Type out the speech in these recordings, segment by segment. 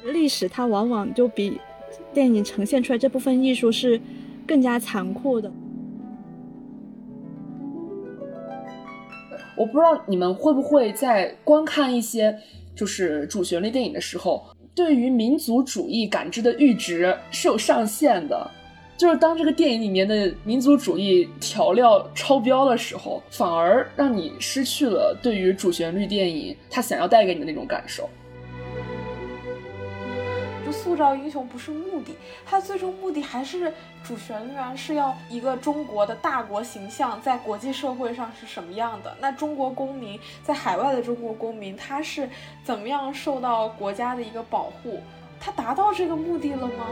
历史它往往就比电影呈现出来这部分艺术是更加残酷的。 我不知道你们会不会在观看一些就是主旋律电影的时候，对于民族主义感知的阈值是有上限的，就是当这个电影里面的民族主义调料超标的时候，反而让你失去了对于主旋律电影它想要带给你的那种感受。 就塑造英雄不是目的，它最终目的还是主旋律啊，是要一个中国的大国形象在国际社会上是什么样的，那中国公民在海外的中国公民他是怎么样受到国家的一个保护，他达到这个目的了吗？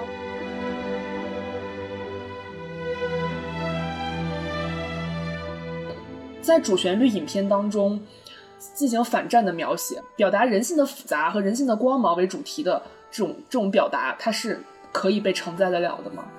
在主旋律影片当中进行反战的描写，表达人性的复杂和人性的光芒为主题的这种表达，它是可以被承载得了的吗？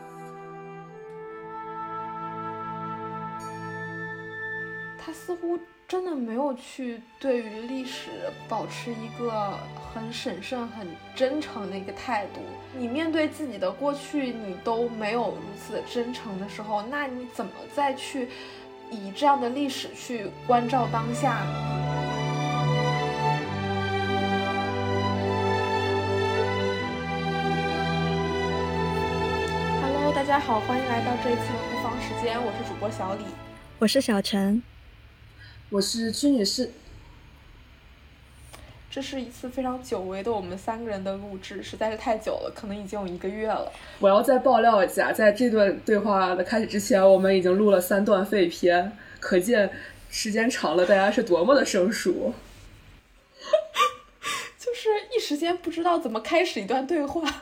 他似乎真的没有去对于历史保持一个很审慎很真诚的一个态度。你面对自己的过去你都没有如此的真诚的时候，那你怎么再去以这样的历史去关照当下呢？大家好，欢迎来到这一期的不妨时间，我是主播小李， 我是小陈， 我是屈女士。 这是一次非常久违的我们3个人的录制，实在是太久了，可能已经有1个月了。 我要再爆料一下，在这段对话的开始之前，我们已经录了3段废片，可见时间长了大家是多么的生疏。 就是一时间不知道怎么开始一段对话。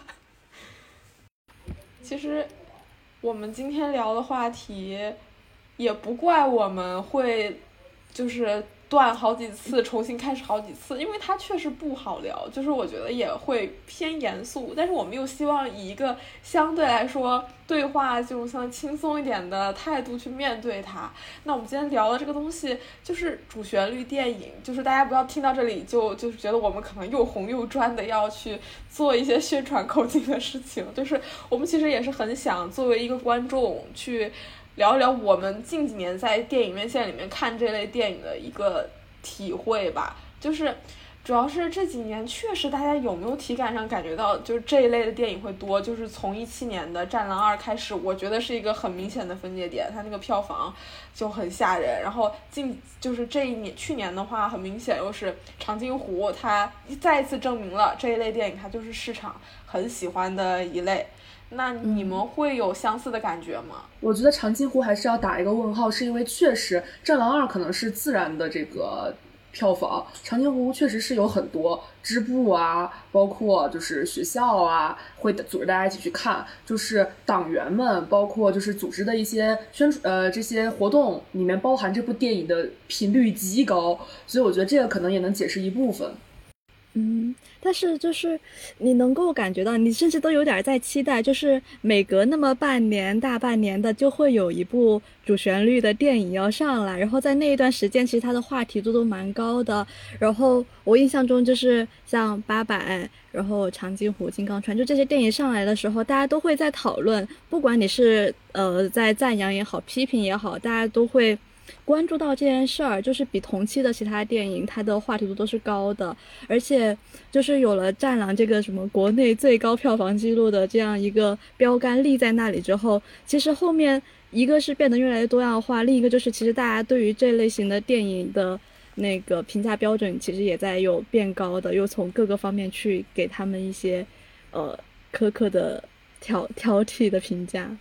其实我们今天聊的话题也不怪我们会就是断好几次重新开始好几次，因为它确实不好聊，就是我觉得也会偏严肃，但是我们又希望以一个相对来说对话就像轻松一点的态度去面对它。那我们今天聊的这个东西就是主旋律电影，就是大家不要听到这里就是觉得我们可能又红又专的要去做一些宣传口径的事情，就是我们其实也是很想作为一个观众去聊一聊我们近几年在电影院线里面看这类电影的一个体会吧。就是主要是这几年确实大家有没有体感上感觉到就是这一类的电影会多，就是从17年的《战狼2》开始，我觉得是一个很明显的分界点，它那个票房就很吓人。然后就是这一年去年的话，很明显又是长津湖，它再一次证明了这一类电影它就是市场很喜欢的一类。那你们会有相似的感觉吗？ 我觉得长津湖还是要打一个问号，是因为确实《战狼2》可能是自然的这个票房，长津湖确实是有很多支部啊，包括就是学校啊，会组织大家一起去看，就是党员们，包括就是组织的一些这些活动里面包含这部电影的频率极高，所以我觉得这个可能也能解释一部分。 但是就是你能够感觉到，你甚至都有点在期待，就是每隔那么大半年的就会有一部主旋律的电影要上来，然后在那一段时间其实它的话题度都蛮高的。然后我印象中就是像800，然后长津湖、金刚川，就这些电影上来的时候，大家都会在讨论，不管你是在赞扬也好，批评也好，大家都会关注到这件事儿，就是比同期的其他电影它的话题度都是高的。而且就是有了战狼这个什么国内最高票房记录的这样一个标杆立在那里之后，其实后面一个是变得越来越多样化，另一个就是其实大家对于这类型的电影的那个评价标准其实也在有变高的，又从各个方面去给他们一些苛刻的挑剔的评价。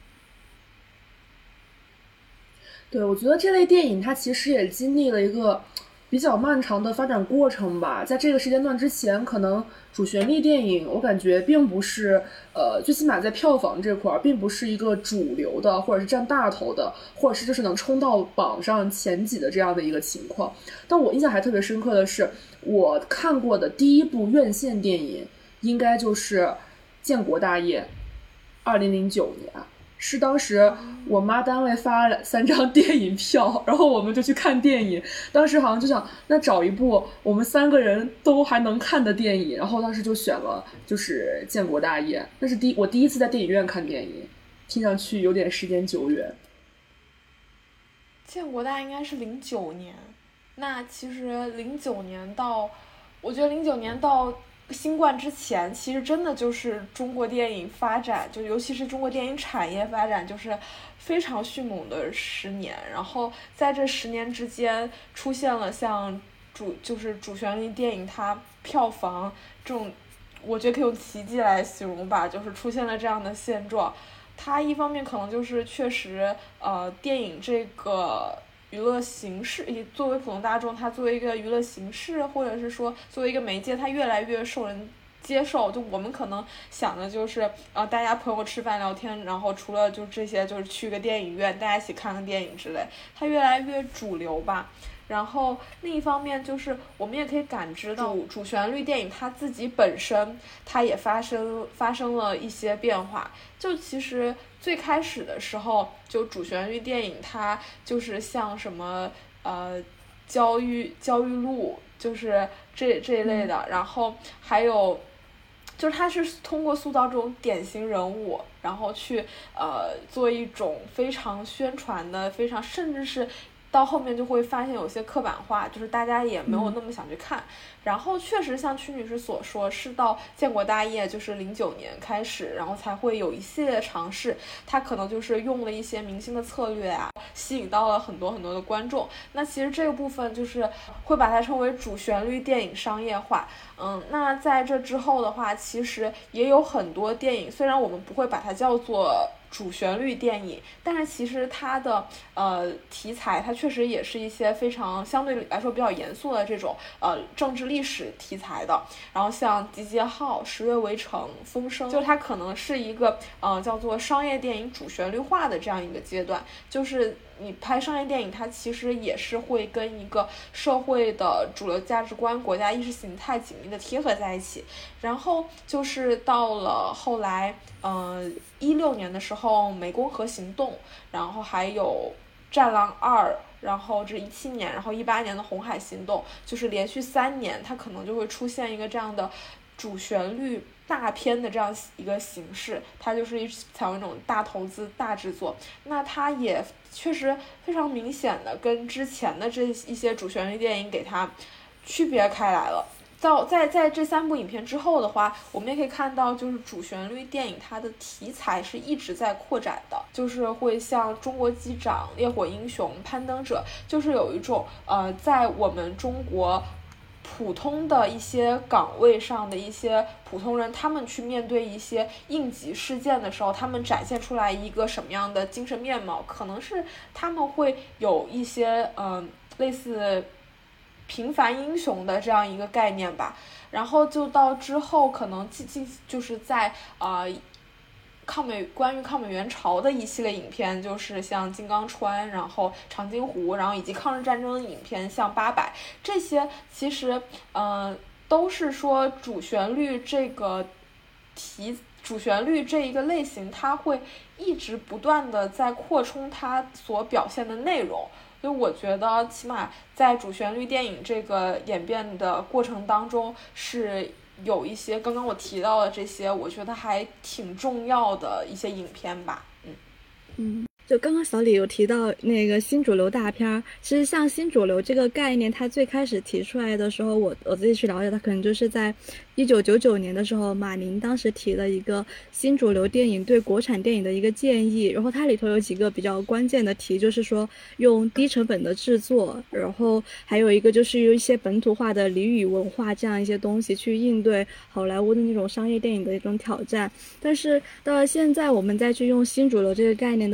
对，我觉得这类电影它其实也经历了一个比较漫长的发展过程吧。在这个时间段之前，可能主旋律电影我感觉并不是最起码在票房这块并不是一个主流的，或者是占大头的，或者是就是能冲到榜上前几的这样的一个情况。但我印象还特别深刻的是，我看过的第一部院线电影应该就是《建国大业》，2009年是当时我妈单位发了3张电影票，然后我们就去看电影。当时好像就想，那找一部我们3个人都还能看的电影，然后当时就选了就是《建国大业》，那是我第一次在电影院看电影，听上去有点时间久远。 建国大应该是09年，那其实09年到，我觉得09年到新冠之前，其实真的就是中国电影发展，就尤其是中国电影产业发展就是非常迅猛的10年。然后在这10年之间，出现了像就是主旋律电影它票房这种，我觉得可以用奇迹来形容吧，就是出现了这样的现状。它一方面可能就是确实电影这个娱乐形式，作为普通大众，它作为一个娱乐形式，或者是说作为一个媒介，它越来越受人接受。就我们可能想的就是大家朋友吃饭聊天，然后除了就这些，就是去个电影院大家一起看个电影之类，它越来越主流吧。然后另一方面就是我们也可以感知到主旋律电影它自己本身它也发生了一些变化。就其实最开始的时候，就主旋律电影它就是像什么焦裕禄，就是这一类的，然后还有就是它是通过塑造这种典型人物，然后去做一种非常宣传的，非常甚至是到后面就会发现有些刻板化，就是大家也没有那么想去看。然后确实像曲女士所说，是到建国大业就是09年开始，然后才会有一系列的尝试，它可能就是用了一些明星的策略啊，吸引到了很多很多的观众。那其实这个部分就是会把它称为主旋律电影商业化。那在这之后的话，其实也有很多电影，虽然我们不会把它叫做主旋律电影，但是其实它的题材它确实也是一些非常相对来说比较严肃的这种政治历史题材的。然后像集结号、十月围城、风声，就它可能是一个叫做商业电影主旋律化的这样一个阶段。就是你拍商业电影，它其实也是会跟一个社会的主流价值观、国家意识形态紧密的贴合在一起。然后就是到了后来16年的时候，湄公河行动，然后还有战狼2，然后这17年，然后18年的红海行动，就是连续3年它可能就会出现一个这样的主旋律大片的这样一个形式，它就是采用一种大投资大制作。那它也确实非常明显的跟之前的这一些主旋律电影给它区别开来了。在这3部影片之后的话，我们也可以看到，就是主旋律电影它的题材是一直在扩展的，就是会像中国机长、烈火英雄、攀登者，就是有一种在我们中国普通的一些岗位上的一些普通人，他们去面对一些应急事件的时候，他们展现出来一个什么样的精神面貌，可能是他们会有一些类似平凡英雄的这样一个概念吧。然后就到之后可能就是在关于抗美援朝的一系列影片，就是像金刚川，然后长津湖，然后以及抗日战争的影片像800，这些其实都是说主旋律这一个类型，它会一直不断的在扩充它所表现的内容。所以我觉得起码在主旋律电影这个演变的过程当中，是有一些刚刚我提到的这些，我觉得还挺重要的一些影片吧。 就刚刚小李有提到那个新主流大片，其实像新主流这个概念，它最开始提出来的时候，我自己去了解，它可能就是在1999年的时候，马宁当时提了一个新主流电影对国产电影的一个建议，然后它里头有几个比较关键的题，就是说用低成本的制作，然后还有一个就是用一些本土化的俚语文化这样一些东西去应对好莱坞的那种商业电影的一种挑战。但是到了现在我们再去用新主流这个概念的时候，好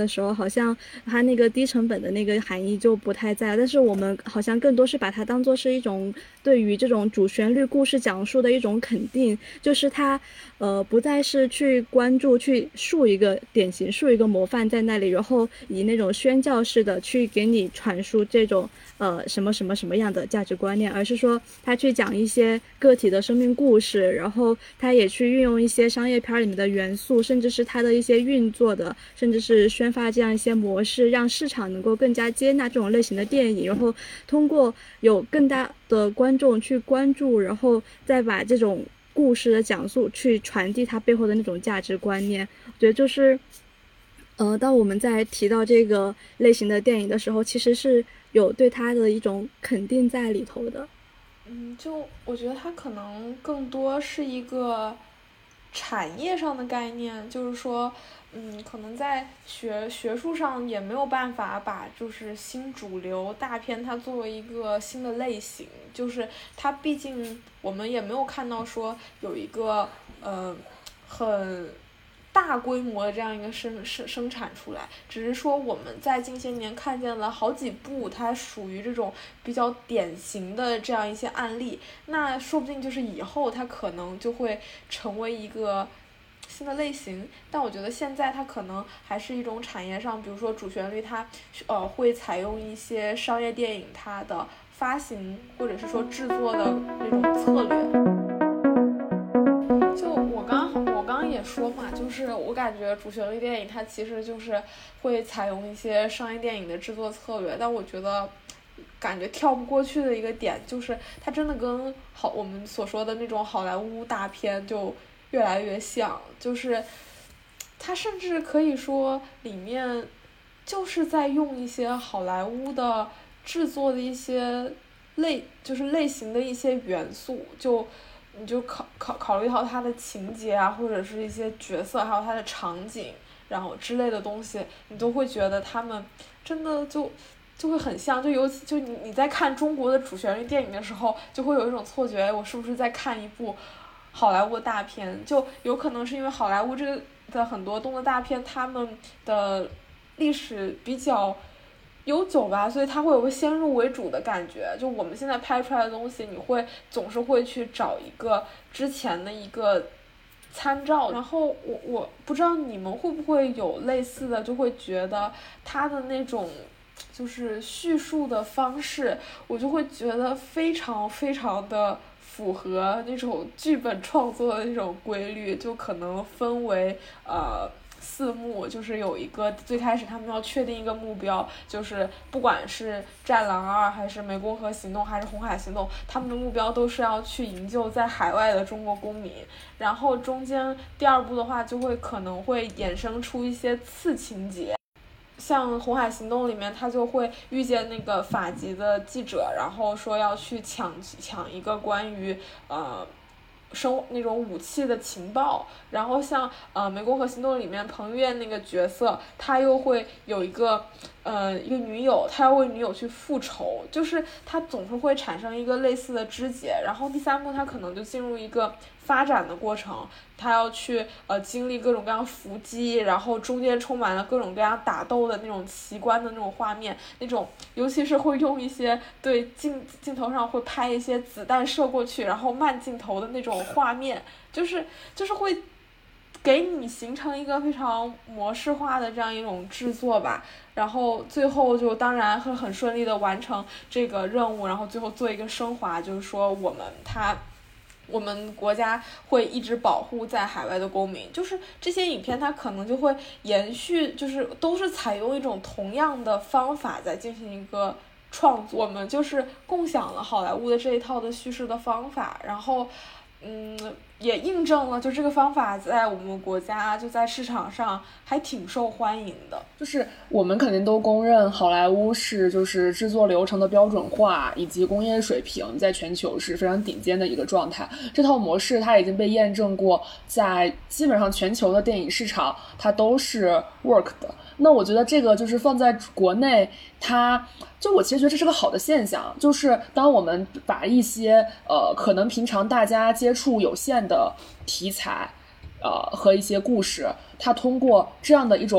好像它那个低成本的那个含义就不太在，但是我们好像更多是把它当做是一种对于这种主旋律故事讲述的一种肯定，就是它不再是去关注去树一个典型树一个模范在那里，然后以那种宣教式的去给你传输这种什么什么什么样的价值观念，而是说他去讲一些个体的生命故事，然后他也去运用一些商业片里面的元素，甚至是他的一些运作的，甚至是宣发这样一些模式，让市场能够更加接纳这种类型的电影，然后通过有更大的观众去关注，然后再把这种故事的讲述去传递它背后的那种价值观念。我觉得就是当我们在提到这个类型的电影的时候，其实是有对它的一种肯定在里头的。 就我觉得它可能更多是一个产业上的概念，就是说可能在学术上也没有办法把就是新主流大片它作为一个新的类型，就是它毕竟我们也没有看到说有一个很大规模的这样一个生产出来，只是说我们在近些年看见了好几部它属于这种比较典型的这样一些案例，那说不定就是以后它可能就会成为一个新的类型。但我觉得现在它可能还是一种产业上，比如说主旋律它会采用一些商业电影它的发行或者是说制作的那种策略。就我刚刚也说嘛，就是我感觉主旋律电影它其实就是会采用一些商业电影的制作策略，但我觉得感觉跳不过去的一个点就是它真的跟我们所说的那种好莱坞大片就越来越像，就是它甚至可以说里面就是在用一些好莱坞的制作的一些就是类型的一些元素，你就考虑到它的情节啊，或者是一些角色，还有它的场景，然后之类的东西，你都会觉得他们真的就会很像，就尤其就你在看中国的主旋律电影的时候，就会有一种错觉，我是不是在看一部好莱坞大片？就有可能是因为好莱坞这个的很多动作大片，他们的历史比较悠久吧，所以它会有个先入为主的感觉。就我们现在拍出来的东西，你会总是会去找一个之前的一个参照，然后我不知道你们会不会有类似的，就会觉得它的那种就是叙述的方式，我就会觉得非常非常的符合那种剧本创作的那种规律，就可能分为四幕，就是有一个最开始他们要确定一个目标，就是不管是战狼2还是湄公河行动还是红海行动，他们的目标都是要去营救在海外的中国公民。然后中间第二部的话就会可能会衍生出一些次情节，像红海行动里面他就会遇见那个法籍的记者，然后说要去抢一个关于那种武器的情报，然后像湄公河行动里面彭于晏那个角色，他又会有一个女友，他要为女友去复仇，就是他总是会产生一个类似的枝节，然后第三部他可能就进入一个发展的过程，他要去经历各种各样伏击，然后中间充满了各种各样打斗的那种奇观的那种画面，那种尤其是会用一些对镜头上会拍一些子弹射过去，然后慢镜头的那种画面，就是会给你形成一个非常模式化的这样一种制作吧，然后最后就当然会很顺利的完成这个任务，然后最后做一个升华，就是说我们国家会一直保护在海外的公民，就是这些影片它可能就会延续，就是都是采用一种同样的方法在进行一个创作，我们就是共享了好莱坞的这一套的叙事的方法，然后也印证了就这个方法在我们国家就在市场上还挺受欢迎的。 就是我们肯定都公认好莱坞是就是制作流程的标准化以及工业水平在全球是非常顶尖的一个状态，这套模式它已经被验证过，在基本上全球的电影市场它都是 work 的。那我觉得这个就是放在国内，我其实觉得这是个好的现象，就是当我们把一些可能平常大家接触有限的题材和一些故事，它通过这样的一种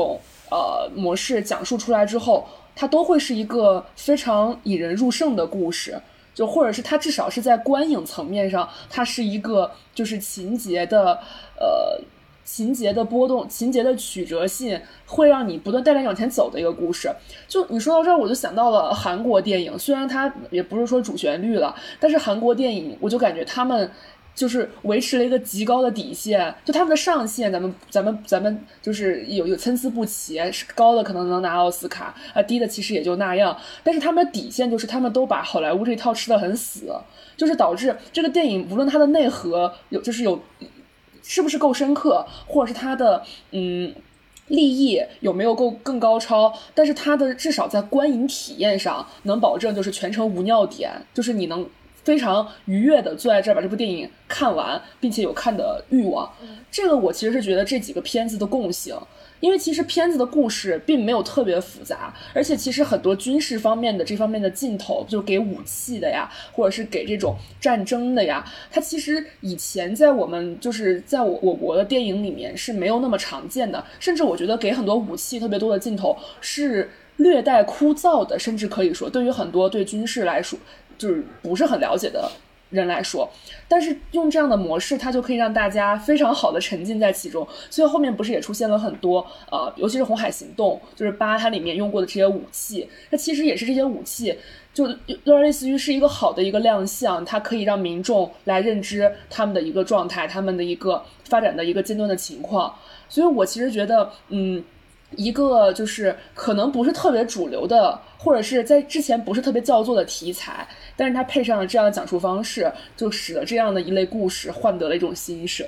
模式讲述出来之后，它都会是一个非常引人入胜的故事，就或者是它至少是在观影层面上，它是一个就是情节的波动、情节的曲折性，会让你不断带着往前走的一个故事。就你说到这儿，我就想到了韩国电影，虽然它也不是说主旋律了，但是韩国电影我就感觉他们就是维持了一个极高的底线，就他们的上限，咱们就是有参差不齐，高的可能能拿奥斯卡啊，低的其实也就那样。但是他们的底线就是他们都把好莱坞这一套吃得很死，就是导致这个电影无论它的内核有是不是够深刻，或者是它的立意有没有更高超，但是它的至少在观影体验上能保证就是全程无尿点，就是你能非常愉悦的坐在这儿把这部电影看完，并且有看的欲望。这个我其实是觉得这几个片子的共性，因为其实片子的故事并没有特别复杂，而且其实很多军事方面的这方面的镜头，就给武器的呀，或者是给这种战争的呀，它其实以前在我们就是在我国的电影里面是没有那么常见的，甚至我觉得给很多武器特别多的镜头是略带枯燥的，甚至可以说对于很多对军事来说就是不是很了解的人来说，但是用这样的模式它就可以让大家非常好的沉浸在其中，所以后面不是也出现了很多尤其是红海行动就是8它里面用过的这些武器，它其实也是这些武器就有点类似于是一个好的一个亮相，它可以让民众来认知他们的一个状态，他们的一个发展的一个阶段的情况。所以我其实觉得一个就是可能不是特别主流的，或者是在之前不是特别叫座的题材，但是它配上了这样的讲述方式，就使得这样的一类故事换得了一种新生。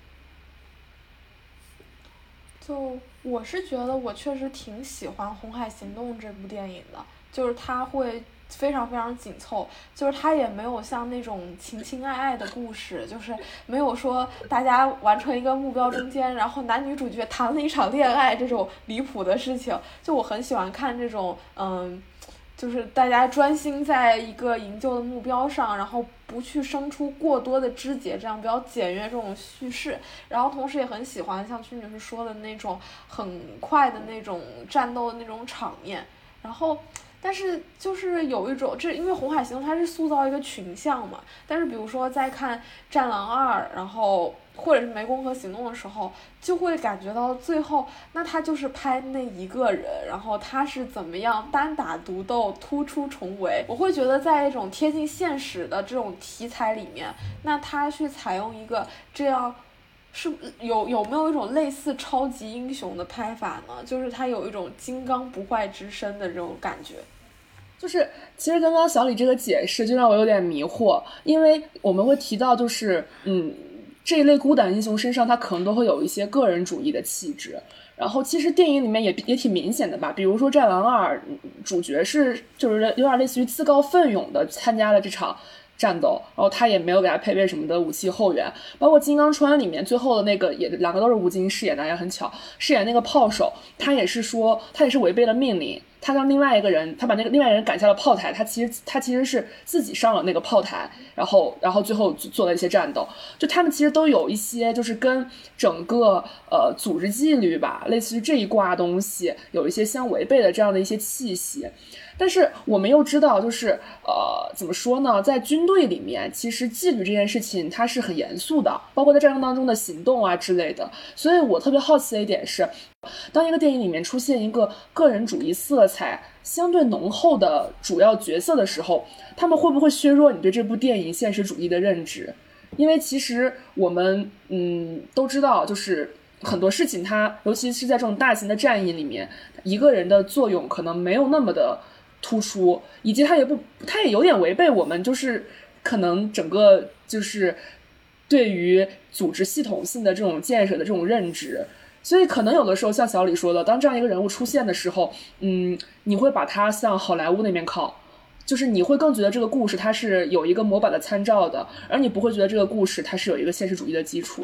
就我是觉得我确实挺喜欢《红海行动》这部电影的，就是它会非常非常紧凑，就是它也没有像那种情情爱爱的故事，就是没有说大家完成一个目标中间，然后男女主角谈了一场恋爱这种离谱的事情。就我很喜欢看这种就是大家专心在一个营救的目标上，然后不去生出过多的枝节，这样比较简约这种叙事。然后同时也很喜欢像曲女士说的那种很快的那种战斗的那种场面，然后但是就是有一种因为红海行动它是塑造一个群像嘛，但是比如说在看战狼2然后或者是湄公河行动的时候，就会感觉到最后那他就是拍那一个人，然后他是怎么样单打独斗突出重围。我会觉得在一种贴近现实的这种题材里面，那他去采用一个这样是有没有一种类似超级英雄的拍法呢？就是他有一种金刚不坏之身的这种感觉。 就是其实刚刚小李这个解释就让我有点迷惑，因为我们会提到就是这一类孤胆英雄身上他可能都会有一些个人主义的气质，然后其实电影里面也挺明显的吧，比如说战狼2主角是就是有点类似于自告奋勇的参加了这场战斗，然后他也没有给他配备什么的武器后援，包括金刚川里面最后的那个也两个都是吴京饰演的，也很巧，饰演那个炮手，他也是违背了命令，他让另外一个人，他把那个另外一个人赶下了炮台，他其实是自己上了那个炮台，然后最后做了一些战斗，就他们其实都有一些就是跟整个组织纪律吧，类似于这一挂东西有一些相违背的这样的一些气息。但是我们又知道就是怎么说呢，在军队里面其实纪律这件事情它是很严肃的，包括在战争当中的行动啊之类的。所以我特别好奇的一点是，当一个电影里面出现一个个人主义色彩相对浓厚的主要角色的时候，他们会不会削弱你对这部电影现实主义的认知？因为其实我们都知道，就是很多事情它尤其是在这种大型的战役里面，一个人的作用可能没有那么的突出，以及它也有点违背我们就是可能整个就是对于组织系统性的这种建设的这种认知。所以可能有的时候像小李说的，当这样一个人物出现的时候，你会把他向好莱坞那边靠，就是你会更觉得这个故事它是有一个模板的参照的，而你不会觉得这个故事它是有一个现实主义的基础。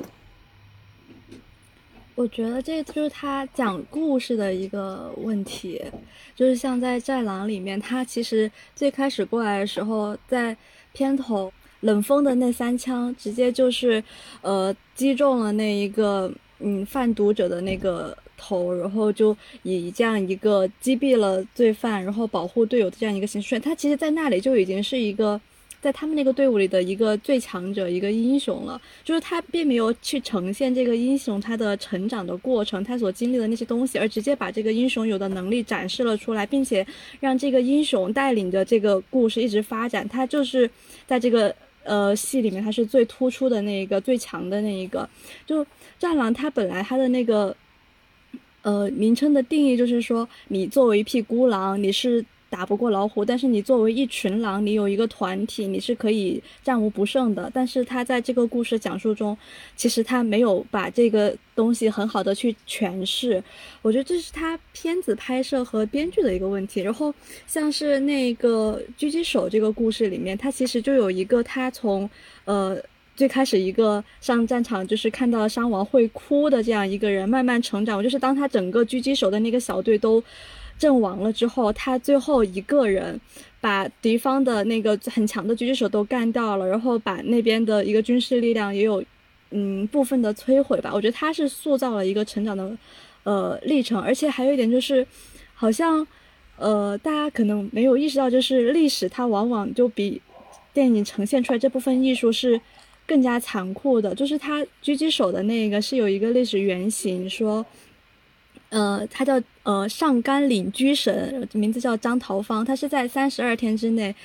我觉得这就是他讲故事的一个问题，就是像在《战狼》里面，他其实最开始过来的时候，在片头冷锋的那3枪直接就是击中了那一个贩毒者的那个头，然后就以这样一个击毙了罪犯，然后保护队友的这样一个形式，他其实在那里就已经是一个在他们那个队伍里的一个最强者，一个英雄了。就是他并没有去呈现这个英雄他的成长的过程，他所经历的那些东西，而直接把这个英雄有的能力展示了出来，并且让这个英雄带领着这个故事一直发展。他就是在这个戏里面他是最突出的那一个，最强的那一个。就战狼他本来他的那个名称的定义就是说，你作为一匹孤狼，你是打不过老虎，但是你作为一群狼，你有一个团体，你是可以战无不胜的。但是他在这个故事讲述中，其实他没有把这个东西很好的去诠释，我觉得这是他片子拍摄和编剧的一个问题。然后像是那个狙击手这个故事里面，他其实就有一个他从最开始一个上战场就是看到伤亡会哭的这样一个人慢慢成长，就是当他整个狙击手的那个小队都阵亡了之后，他最后一个人把敌方的那个很强的狙击手都干掉了，然后把那边的一个军事力量也有部分的摧毁吧。我觉得他是塑造了一个成长的历程。而且还有一点就是好像大家可能没有意识到，就是历史它往往就比电影呈现出来这部分艺术是更加残酷的。就是他狙击手的那个是有一个历史原型，说他叫上甘岭居神，名字叫张桃芳，他是在32天之内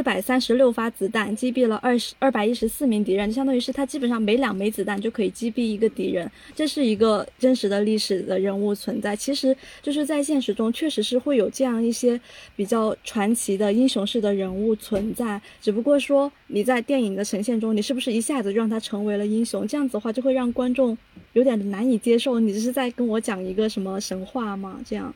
436发子弹击毙了214名敌人，就相当于是他基本上每2枚子弹就可以击毙一个敌人。这是一个真实的历史的人物存在。其实就是在现实中确实是会有这样一些比较传奇的英雄式的人物存在，只不过说你在电影的呈现中，你是不是一下子就让他成为了英雄，这样子的话就会让观众有点难以接受，你这是在跟我讲一个什么神话吗？这样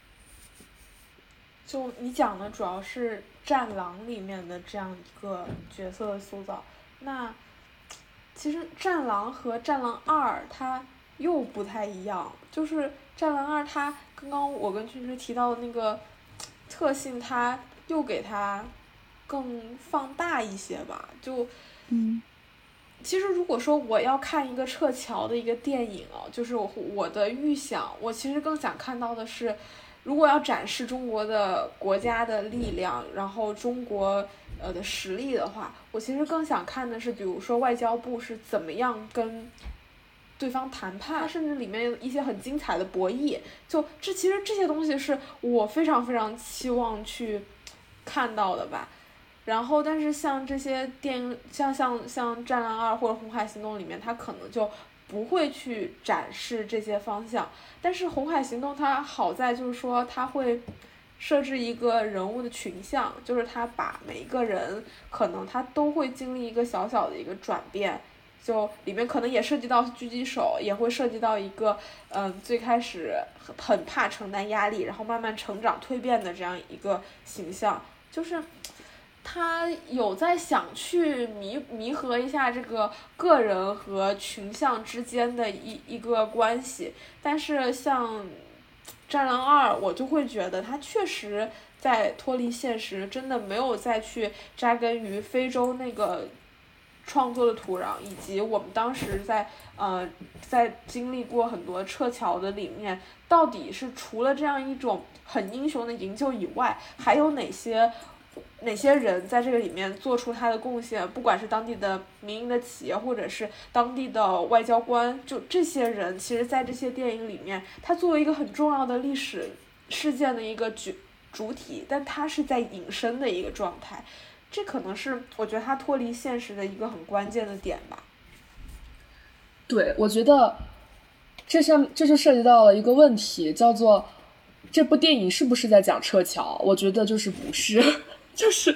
就你讲的主要是战狼里面的这样一个角色的塑造。那其实战狼和战狼2它又不太一样，就是战狼2它刚刚我跟君之提到的那个特性，它又给它更放大一些吧。就其实如果说我要看一个撤侨的一个电影就是我的预想，我其实更想看到的是，如果要展示中国的国家的力量，然后中国的实力的话，我其实更想看的是，比如说外交部是怎么样跟对方谈判，甚至里面有一些很精彩的博弈。就其实这些东西是我非常非常期望去看到的吧。然后但是像这些电影像战狼2或者红海行动里面，它可能就不会去展示这些方向。但是红海行动它好在就是说它会设置一个人物的群像，就是它把每一个人可能他都会经历一个小小的一个转变，就里面可能也涉及到狙击手，也会涉及到一个最开始很怕承担压力，然后慢慢成长蜕变的这样一个形象。就是他有在想去弥合一下这个个人和群像之间的一个关系。但是像战狼2，我就会觉得他确实在脱离现实，真的没有再去扎根于非洲那个创作的土壤，以及我们当时在经历过很多撤侨的里面，到底是除了这样一种很英雄的营救以外，还有哪些人在这个里面做出他的贡献，不管是当地的民营的企业，或者是当地的外交官，就这些人其实在这些电影里面，他作为一个很重要的历史事件的一个主体，但他是在隐身的一个状态。这可能是我觉得他脱离现实的一个很关键的点吧。 对，我觉得这就涉及到了一个问题，叫做这部电影是不是在讲撤侨？我觉得就是不是，就是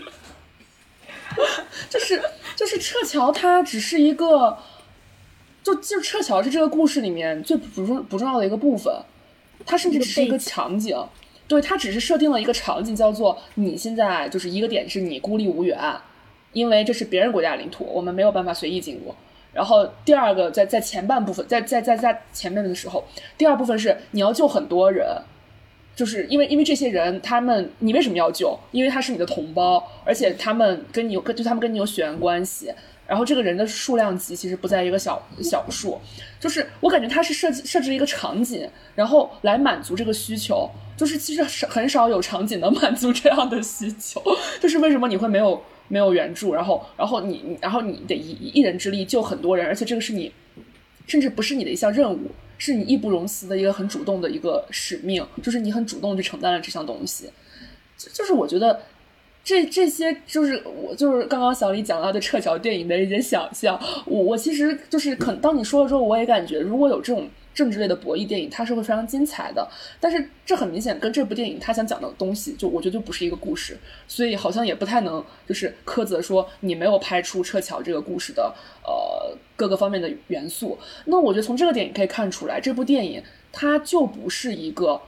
撤侨，它只是一个，就撤侨是这个故事里面最不重要的一个部分，它甚至只是一个场景。对，它只是设定了一个场景，叫做你现在就是一个点是你孤立无援，因为这是别人国家领土，我们没有办法随意进入。然后第二个在前半部分，在前面的时候，第二部分是你要救很多人，就是因为这些人你为什么要救？因为他是你的同胞，而且他们跟你有血缘关系。 然后这个人的数量级其实不在一个小数，就是我感觉他是设置一个场景，然后来满足这个需求，就是其实很少有场景能满足这样的需求，就是为什么你会没有援助，然后你得以一人之力救很多人，而且这个是你甚至不是你的一项任务，是你义不容辞的一个很主动的一个使命，就是你很主动去承担了这项东西，就是我觉得。这些就是我就是刚刚小李讲到的撤侨电影的一些想象，我其实就是当你说了之后，我也感觉如果有这种政治类的博弈电影，它是会非常精彩的。但是这很明显跟这部电影它想讲的东西，就我觉得就不是一个故事，所以好像也不太能就是苛责说你没有拍出撤侨这个故事的各个方面的元素。那我觉得从这个点你可以看出来，这部电影它就不是一个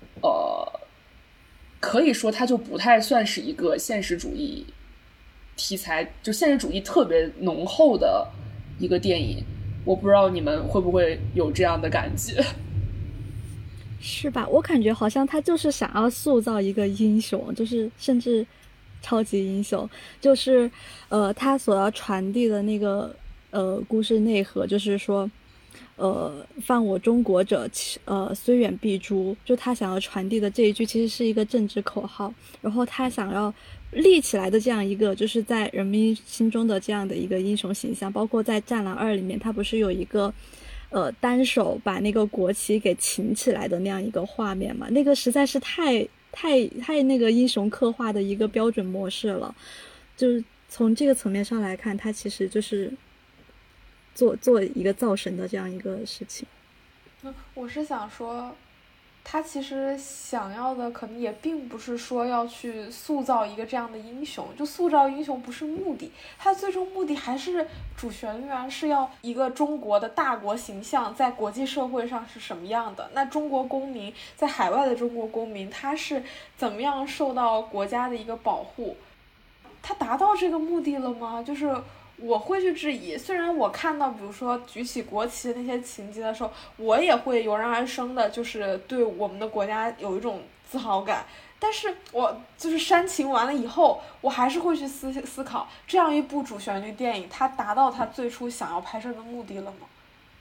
可以说它就不太算是一个现实主义题材，就现实主义特别浓厚的一个电影。我不知道你们会不会有这样的感觉。 是吧？我感觉好像他就是想要塑造一个英雄，就是甚至超级英雄，就是他所要传递的那个故事内核，就是说犯我中国者虽远必诛，就他想要传递的这一句其实是一个政治口号，然后他想要立起来的这样一个就是在人民心中的这样的一个英雄形象，包括在《战狼2》里面他不是有一个单手把那个国旗给擎起来的那样一个画面嘛，那个实在是太那个英雄刻画的一个标准模式了，就是从这个层面上来看，他其实就是做一个造神的这样一个事情。 我是想说他其实想要的可能也并不是说要去塑造一个这样的英雄，就塑造英雄不是目的，他最终目的还是主旋律啊，是要一个中国的大国形象在国际社会上是什么样的，那中国公民在海外的中国公民他是怎么样受到国家的一个保护，他达到这个目的了吗？就是我会去质疑，虽然我看到比如说举起国旗的那些情节的时候，我也会油然而生的就是对我们的国家有一种自豪感，但是我就是煽情完了以后，我还是会去思考这样一部主旋律电影它达到它最初想要拍摄的目的了吗？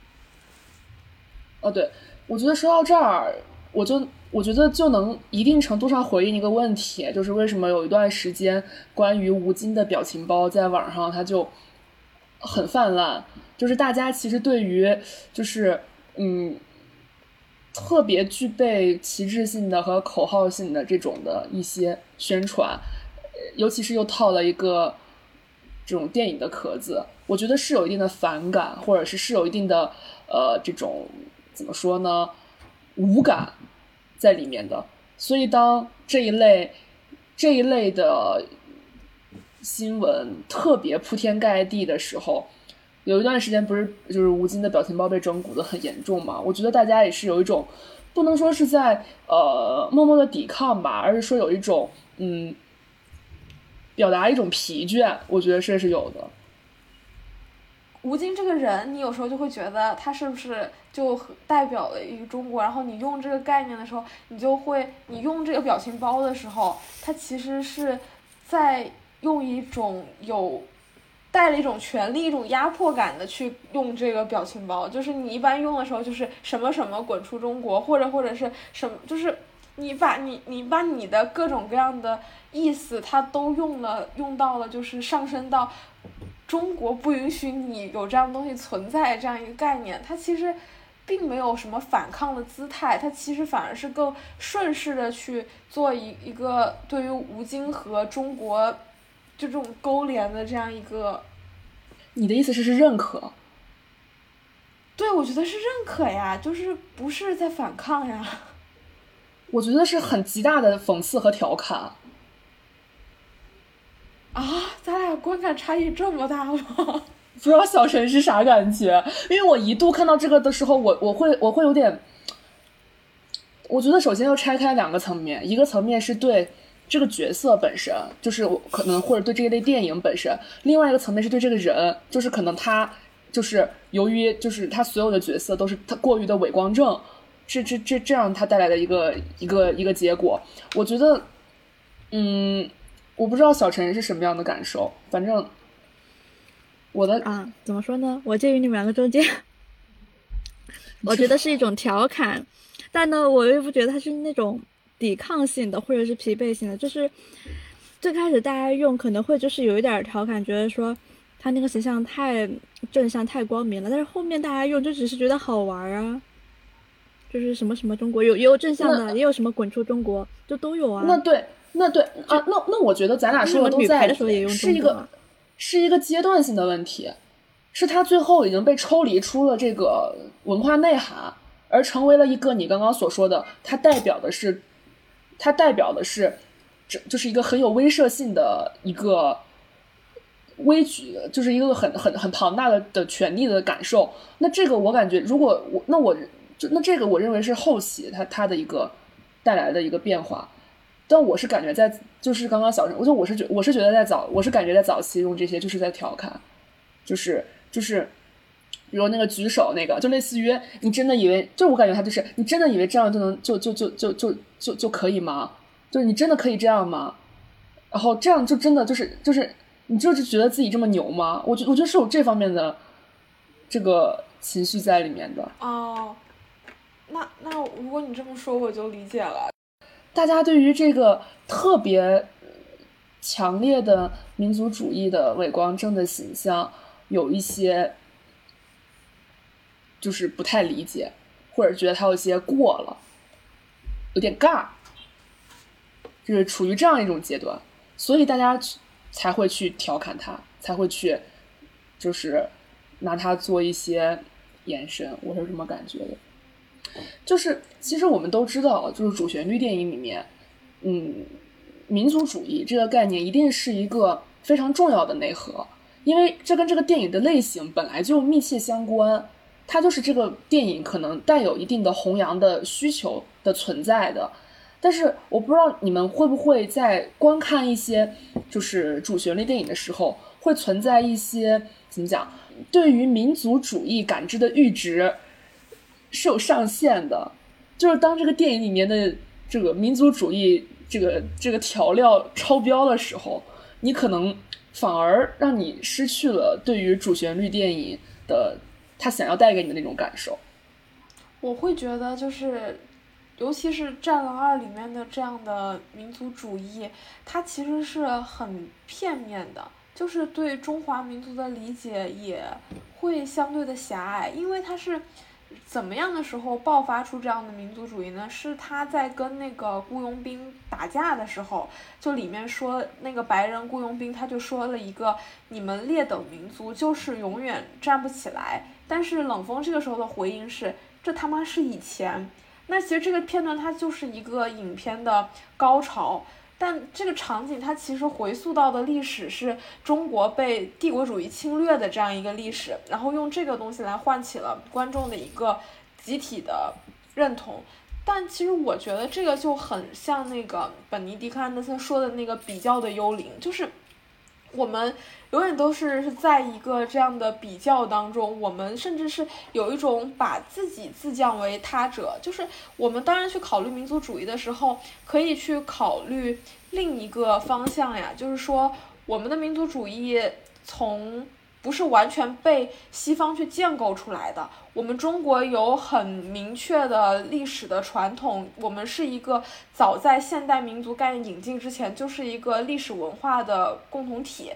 对，我觉得说到这儿我觉得就能一定程度上回应一个问题，就是为什么有一段时间关于吴京的表情包在网上它就很泛滥，就是大家其实对于就是特别具备旗帜性的和口号性的这种的一些宣传，尤其是又套了一个这种电影的壳子，我觉得是有一定的反感，或者是有一定的这种怎么说呢，无感在里面的。所以当这一类的新闻特别铺天盖地的时候，有一段时间不是就是吴京的表情包被整蛊的很严重嘛？我觉得大家也是有一种不能说是在默默的抵抗吧，而是说有一种表达一种疲倦，我觉得这是有的。 吴京这个人，你有时候就会觉得他是不是就代表了一个中国，然后你用这个概念的时候，你用这个表情包的时候，他其实是在用一种带了一种权力、一种压迫感的去用这个表情包，就是你一般用的时候就是什么什么滚出中国，或者是什么，就是你把你的各种各样的意思，它都用到了，就是上升到中国不允许你有这样的东西存在这样一个概念，它其实并没有什么反抗的姿态，它其实反而是更顺势的去做一个对于吴京和中国就这种勾连的这样一个。 你的意思是认可？ 对，我觉得是认可呀，就是不是在反抗呀。 我觉得是很极大的讽刺和调侃。 咱俩观感差异这么大吗？ 不知道小陈是啥感觉？因为我一度看到这个的时候，我会有点，我觉得首先要拆开两个层面，一个层面是对这个角色本身，就是我可能或者对这一类电影本身，另外一个层面是对这个人，就是可能他就是由于就是他所有的角色都是他过于的伪光正，这样他带来的一个结果。我觉得我不知道小陈是什么样的感受，反正我的啊，怎么说呢？我介于你们两个中间，我觉得是一种调侃，但呢，我又不觉得它是那种抵抗性的或者是疲惫性的。就是最开始大家用可能会就是有一点调侃，觉得说他那个形象太正向、太光明了，但是后面大家用就只是觉得好玩啊。就是什么什么中国也有正向的，也有什么滚出中国，就都有啊。 那对啊，那我觉得咱俩说的都在是一个阶段性的问题，是他最后已经被抽离出了这个文化内涵，而成为了一个你刚刚所说的，它代表的是，就是一个很有威慑性的一个危局，就是一个很庞大的权力的感受。那这个我感觉，如果那这个我认为是后期它的一个带来的一个变化。但我是感觉就是刚刚小陈，我是觉得我是感觉在早期用这些就是在调侃，就是比如那个举手那个，就类似于你真的以为，就我感觉他就是你真的以为这样就能就可以吗？就是你真的可以这样吗？然后这样就真的就是你就是觉得自己这么牛吗？我觉得是有这方面的这个情绪在里面的。 哦，那如果你这么说，我就理解了。 大家对于这个特别强烈的民族主义的伪光正的形象有一些就是不太理解，或者觉得他有些过了，有点尬，就是处于这样一种阶段，所以大家才会去调侃他，才会去就是拿他做一些延伸，我是这么感觉的。就是其实我们都知道，就是主旋律电影里面，民族主义这个概念一定是一个非常重要的内核，因为这跟这个电影的类型本来就密切相关，它就是这个电影可能带有一定的弘扬的需求的存在的。但是我不知道你们会不会在观看一些就是主旋律电影的时候，会存在一些怎么讲，对于民族主义感知的阈值是有上限的，就是当这个电影里面的这个民族主义这个调料超标的时候，你可能反而让你失去了对于主旋律电影的他想要带给你的那种感受。 我会觉得就是尤其是《战狼2》里面的这样的民族主义，它其实是很片面的，就是对中华民族的理解也会相对的狭隘，因为它是怎么样的时候爆发出这样的民族主义呢？是他在跟那个雇佣兵打架的时候，就里面说那个白人雇佣兵他就说了一个你们劣等民族就是永远站不起来，但是冷锋这个时候的回应是这他妈是以前。那其实这个片段它就是一个影片的高潮，但这个场景它其实回溯到的历史是中国被帝国主义侵略的这样一个历史，然后用这个东西来唤起了观众的一个集体的认同。但其实我觉得这个就很像那个本尼迪克·安德森说的那个比较的幽灵，就是我们永远都是在一个这样的比较当中，我们甚至是有一种把自己自降为他者，就是我们当然去考虑民族主义的时候，可以去考虑另一个方向呀，就是说我们的民族主义不是完全被西方去建构出来的，我们中国有很明确的历史的传统，我们是一个早在现代民族概念引进之前就是一个历史文化的共同体。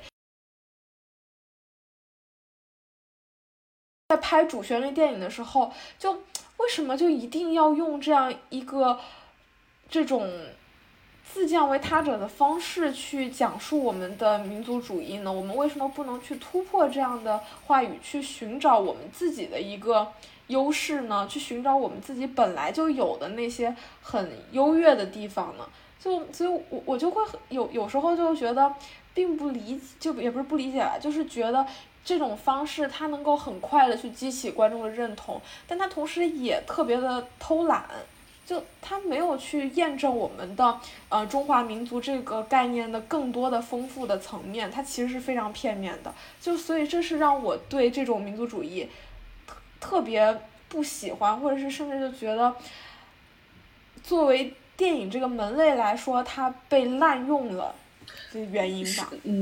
在拍主旋律电影的时候，就为什么就一定要用这样一个这种自降为他者的方式去讲述我们的民族主义呢？我们为什么不能去突破这样的话语，去寻找我们自己的一个优势呢？去寻找我们自己本来就有的那些很优越的地方呢？所以我就会有时候就觉得并不理解，就也不是不理解吧，就是觉得这种方式它能够很快的去激起观众的认同，但它同时也特别的偷懒。就他没有去验证我们的中华民族这个概念的更多的丰富的层面，它其实是非常片面的。就所以这是让我对这种民族主义特别不喜欢，或者是甚至就觉得作为电影这个门类来说它被滥用了的原因吧。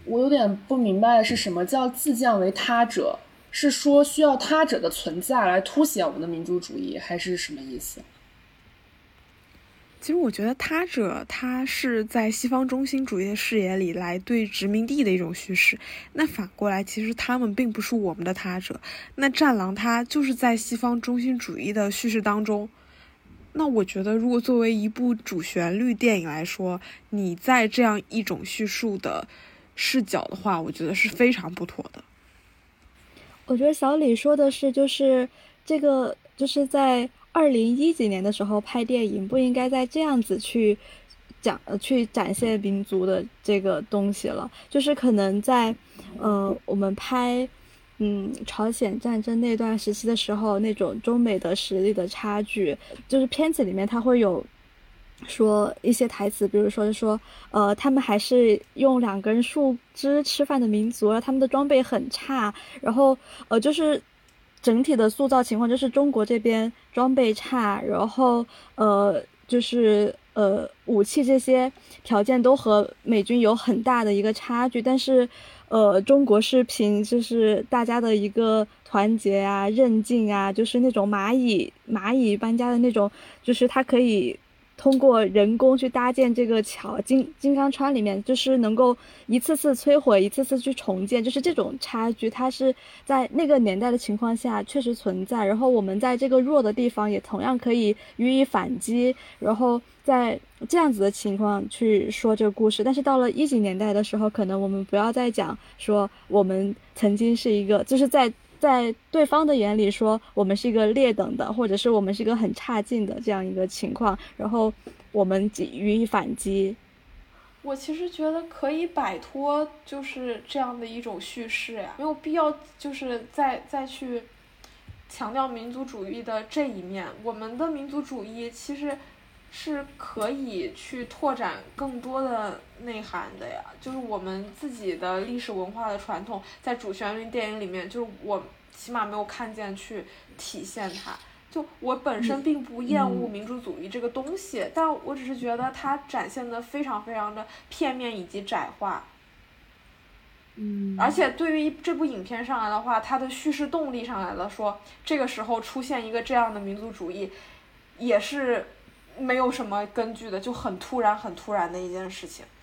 我有点不明白的是什么叫自降为他者？是说需要他者的存在来凸显我们的民族主义，还是什么意思？ 其实我觉得他者他是在西方中心主义的视野里来对殖民地的一种叙事，那反过来其实他们并不是我们的他者，那战狼他就是在西方中心主义的叙事当中。那我觉得如果作为一部主旋律电影来说，你在这样一种叙述的视角的话，我觉得是非常不妥的。 我觉得小李说的是，就是这个就是在2010几年的时候拍电影，不应该再这样子去去展现民族的这个东西了。就是可能在我们拍朝鲜战争那段时期的时候，那种中美的实力的差距，就是片子里面它会有说一些台词，比如说他们还是用2根树枝吃饭的民族，然后他们的装备很差，然后就是整体的塑造情况就是中国这边装备差，然后就是武器这些条件都和美军有很大的一个差距，但是中国是凭就是大家的一个团结啊、韧劲啊，就是那种蚂蚁搬家的那种，就是它可以通过人工去搭建这个桥，金刚川里面就是能够一次次摧毁，一次次去重建，就是这种差距，它是在那个年代的情况下确实存在。然后我们在这个弱的地方也同样可以予以反击，然后在这样子的情况去说这个故事。但是到了10几年代的时候，可能我们不要再讲说我们曾经是一个，就是在对方的眼里说我们是一个劣等的，或者是我们是一个很差劲的这样一个情况，然后我们予以反击。 我其实觉得可以摆脱就是这样的一种叙事呀，没有必要就是再去强调民族主义的这一面。我们的民族主义其实是可以去拓展更多的内涵的呀，就是我们自己的历史文化的传统，在主旋律电影里面，就是我起码没有看见去体现它。就我本身并不厌恶民族主义这个东西，但我只是觉得它展现的非常非常的片面以及窄化。而且对于这部影片上来的话，它的叙事动力上来了说，这个时候出现一个这样的民族主义，也是没有什么根据的，就很突然的一件事情。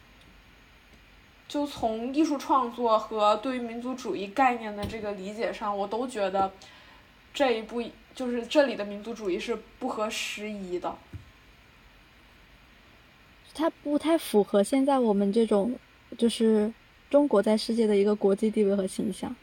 就从艺术创作和对于民族主义概念的这个理解上，我都觉得这一部就是这里的民族主义是不合时宜的， 它不太符合现在我们这种就是中国在世界的一个国际地位和形象。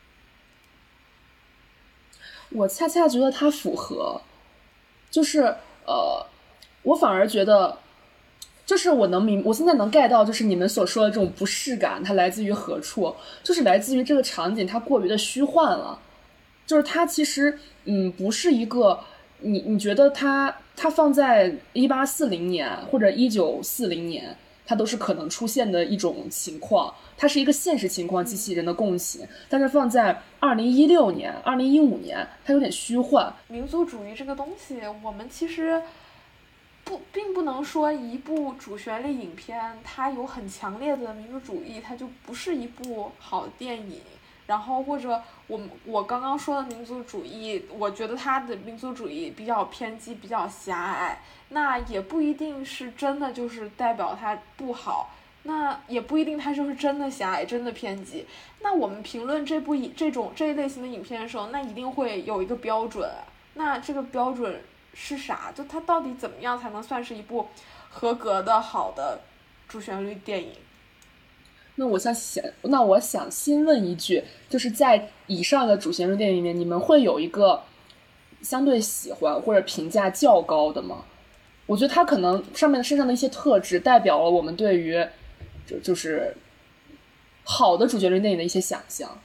我恰恰觉得它符合，就是我反而觉得，就是我现在能 get 到，就是你们所说的这种不适感，它来自于何处？就是来自于这个场景它过于的虚幻了，就是它其实不是一个你觉得它放在1840年或者1940年，它都是可能出现的一种情况，它是一个现实情况，机器人的共情，但是放在2016年、2015年，它有点虚幻。 民族主义这个东西，我们其实并不能说一部主旋律影片它有很强烈的民族主义，它就不是一部好电影。然后或者我刚刚说的民族主义，我觉得它的民族主义比较偏激，比较狭隘，那也不一定是真的就是代表它不好，那也不一定它就是真的狭隘，真的偏激。那我们评论这一类型的影片的时候，那一定会有一个标准，那这个标准是啥？就它到底怎么样才能算是一部合格的好的主旋律电影？ 那我想先问一句，就是在以上的主旋律电影里面，你们会有一个相对喜欢或者评价较高的吗？我觉得它可能身上的一些特质代表了我们对于就是好的主旋律电影的一些想象。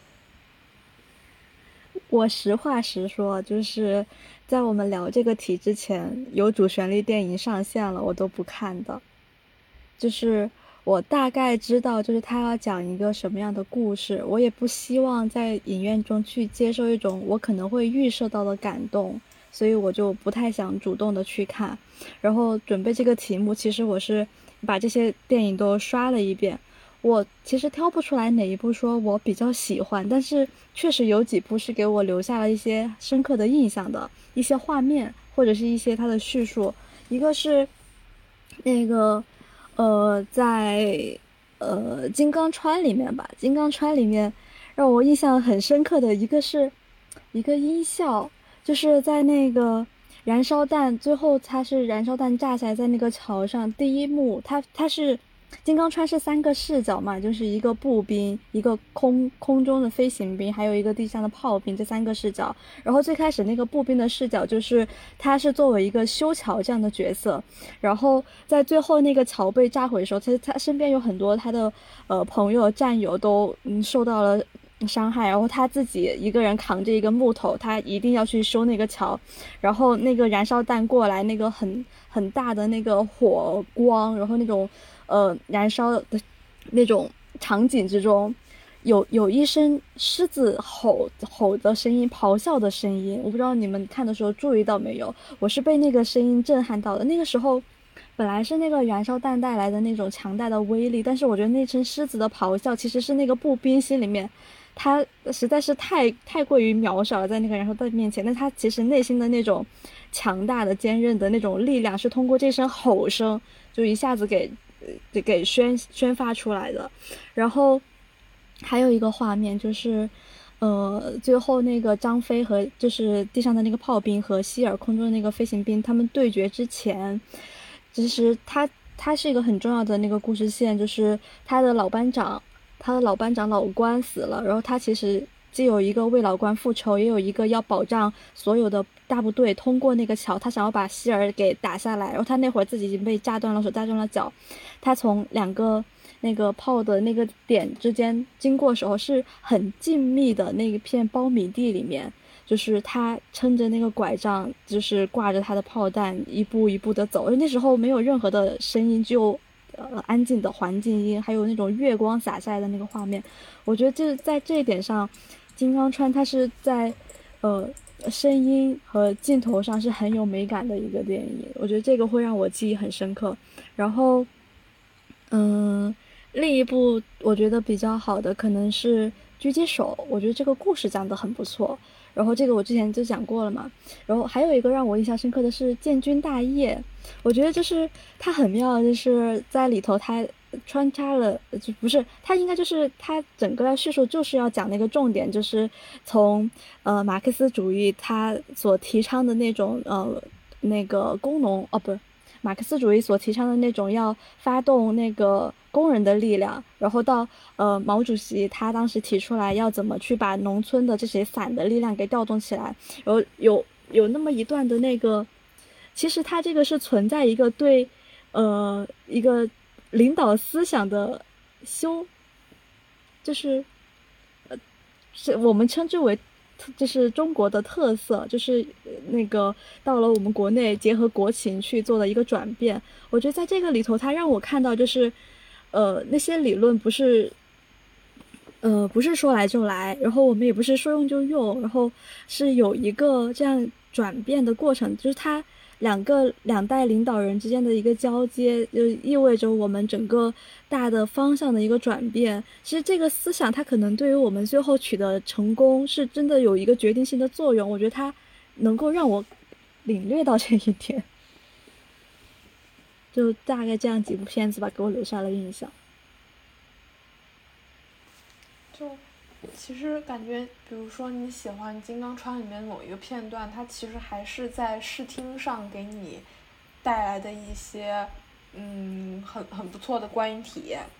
我实话实说，就是在我们聊这个题之前，有主旋律电影上线了，我都不看的。就是我大概知道，就是他要讲一个什么样的故事，我也不希望在影院中去接受一种我可能会预设到的感动，所以我就不太想主动的去看。然后准备这个题目，其实我是把这些电影都刷了一遍。 我其实挑不出来哪一部说我比较喜欢，但是确实有几部是给我留下了一些深刻的印象的一些画面，或者是一些它的叙述。一个是那个在金刚川里面吧，金刚川里面让我印象很深刻的一个是一个音效，就是在那个燃烧弹最后，它是燃烧弹炸下来，在那个桥上第一幕，它是金刚川是3个视角嘛，就是一个步兵，一个空中的飞行兵，还有一个地上的炮兵，这3个视角。然后最开始那个步兵的视角就是他是作为一个修桥这样的角色，然后在最后那个桥被炸毁的时候，其实他身边有很多他的朋友战友都受到了伤害，然后他自己一个人扛着一个木头，他一定要去修那个桥，然后那个燃烧弹过来，那个很大的那个火光，然后那种燃烧的那种场景之中，有一声狮子吼的声音，咆哮的声音，我不知道你们看的时候注意到没有，我是被那个声音震撼到的。那个时候本来是那个燃烧弹带来的那种强大的威力，但是我觉得那声狮子的咆哮其实是那个步兵心里面，他实在是太过于渺小了，在那个燃烧弹面前，但他其实内心的那种强大的坚韧的那种力量是通过这声吼声就一下子给宣发出来的。然后还有一个画面就是最后那个张飞和就是地上的那个炮兵和希尔空中的那个飞行兵他们对决之前，其实他是一个很重要的那个故事线，就是他的老班长老关死了，然后他其实既有一个为老关复仇，也有一个要保障所有的大部队通过那个桥，他想要把希尔给打下来，然后他那会儿自己已经被炸断了手，炸断了脚，他从2个那个炮的那个点之间经过的时候，是很静谧的那一片苞米地里面，就是他撑着那个拐杖，就是挂着他的炮弹，一步一步的走，那时候没有任何的声音，只有安静的环境音，还有那种月光洒下来的那个画面。我觉得这在这一点上，金刚川它是在声音和镜头上是很有美感的一个电影，我觉得这个会让我记忆很深刻。然后另一部我觉得比较好的可能是狙击手，我觉得这个故事讲得很不错，然后这个我之前就讲过了嘛。然后还有一个让我印象深刻的是建军大业，我觉得就是它很妙，就是在里头它穿插了，就不是它应该就是它整个叙述就是要讲那个重点，就是从马克思主义它所提倡的那种那个工农不是马克思主义所提倡的那种要发动那个工人的力量，然后到毛主席他当时提出来要怎么去把农村的这些散的力量给调动起来，然后有那么一段的那个，其实他这个是存在一个对一个领导思想的就是是我们称之为就是中国的特色，就是那个到了我们国内结合国情去做的一个转变。我觉得在这个里头，它让我看到就是那些理论不是说来就来，然后我们也不是说用就用，然后是有一个这样转变的过程，就是它两代领导人之间的一个交接，就意味着我们整个大的方向的一个转变。其实这个思想它可能对于我们最后取得成功是真的有一个决定性的作用，我觉得它能够让我领略到这一点。就大概这样几部片子吧，给我留下了印象。 就其实感觉比如说你喜欢金刚川里面某一个片段，它其实还是在视听上给你带来的一些很不错的观影体验。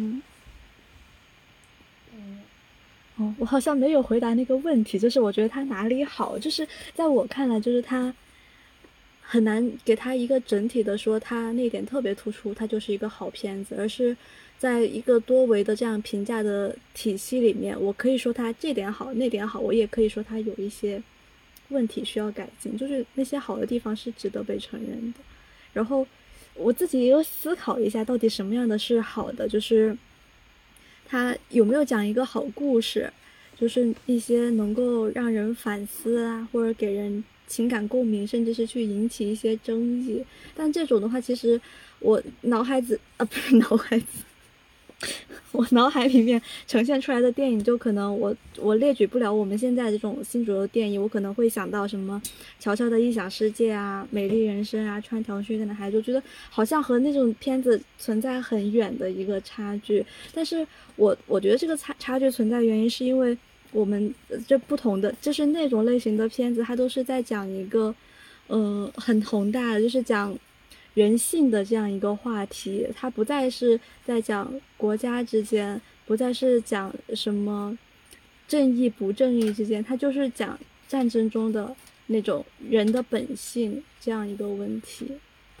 我好像没有回答那个问题，就是我觉得它哪里好，就是在我看来就是它很难给它一个整体的说它那点特别突出它就是一个好片子，而是在一个多维的这样评价的体系里面，我可以说它这点好那点好，我也可以说它有一些问题需要改进，就是那些好的地方是值得被承认的。然后我自己也有思考一下到底什么样的是好的，就是它有没有讲一个好故事，就是一些能够让人反思啊，或者给人情感共鸣，甚至是去引起一些争议。但这种的话，其实我不是脑海子， 我脑海里面呈现出来的电影，就可能我列举不了我们现在这种新主流电影，我可能会想到什么乔乔的异想世界啊、美丽人生啊、穿条靴的孩子，我觉得好像和那种片子存在很远的一个差距。但是我觉得这个差距存在原因是因为我们这不同的，就是那种类型的片子，它都是在讲一个很宏大的，就是讲人性的这样一个话题，它不再是在讲国家之间，不再是讲什么正义不正义之间，它就是讲战争中的那种人的本性这样一个问题。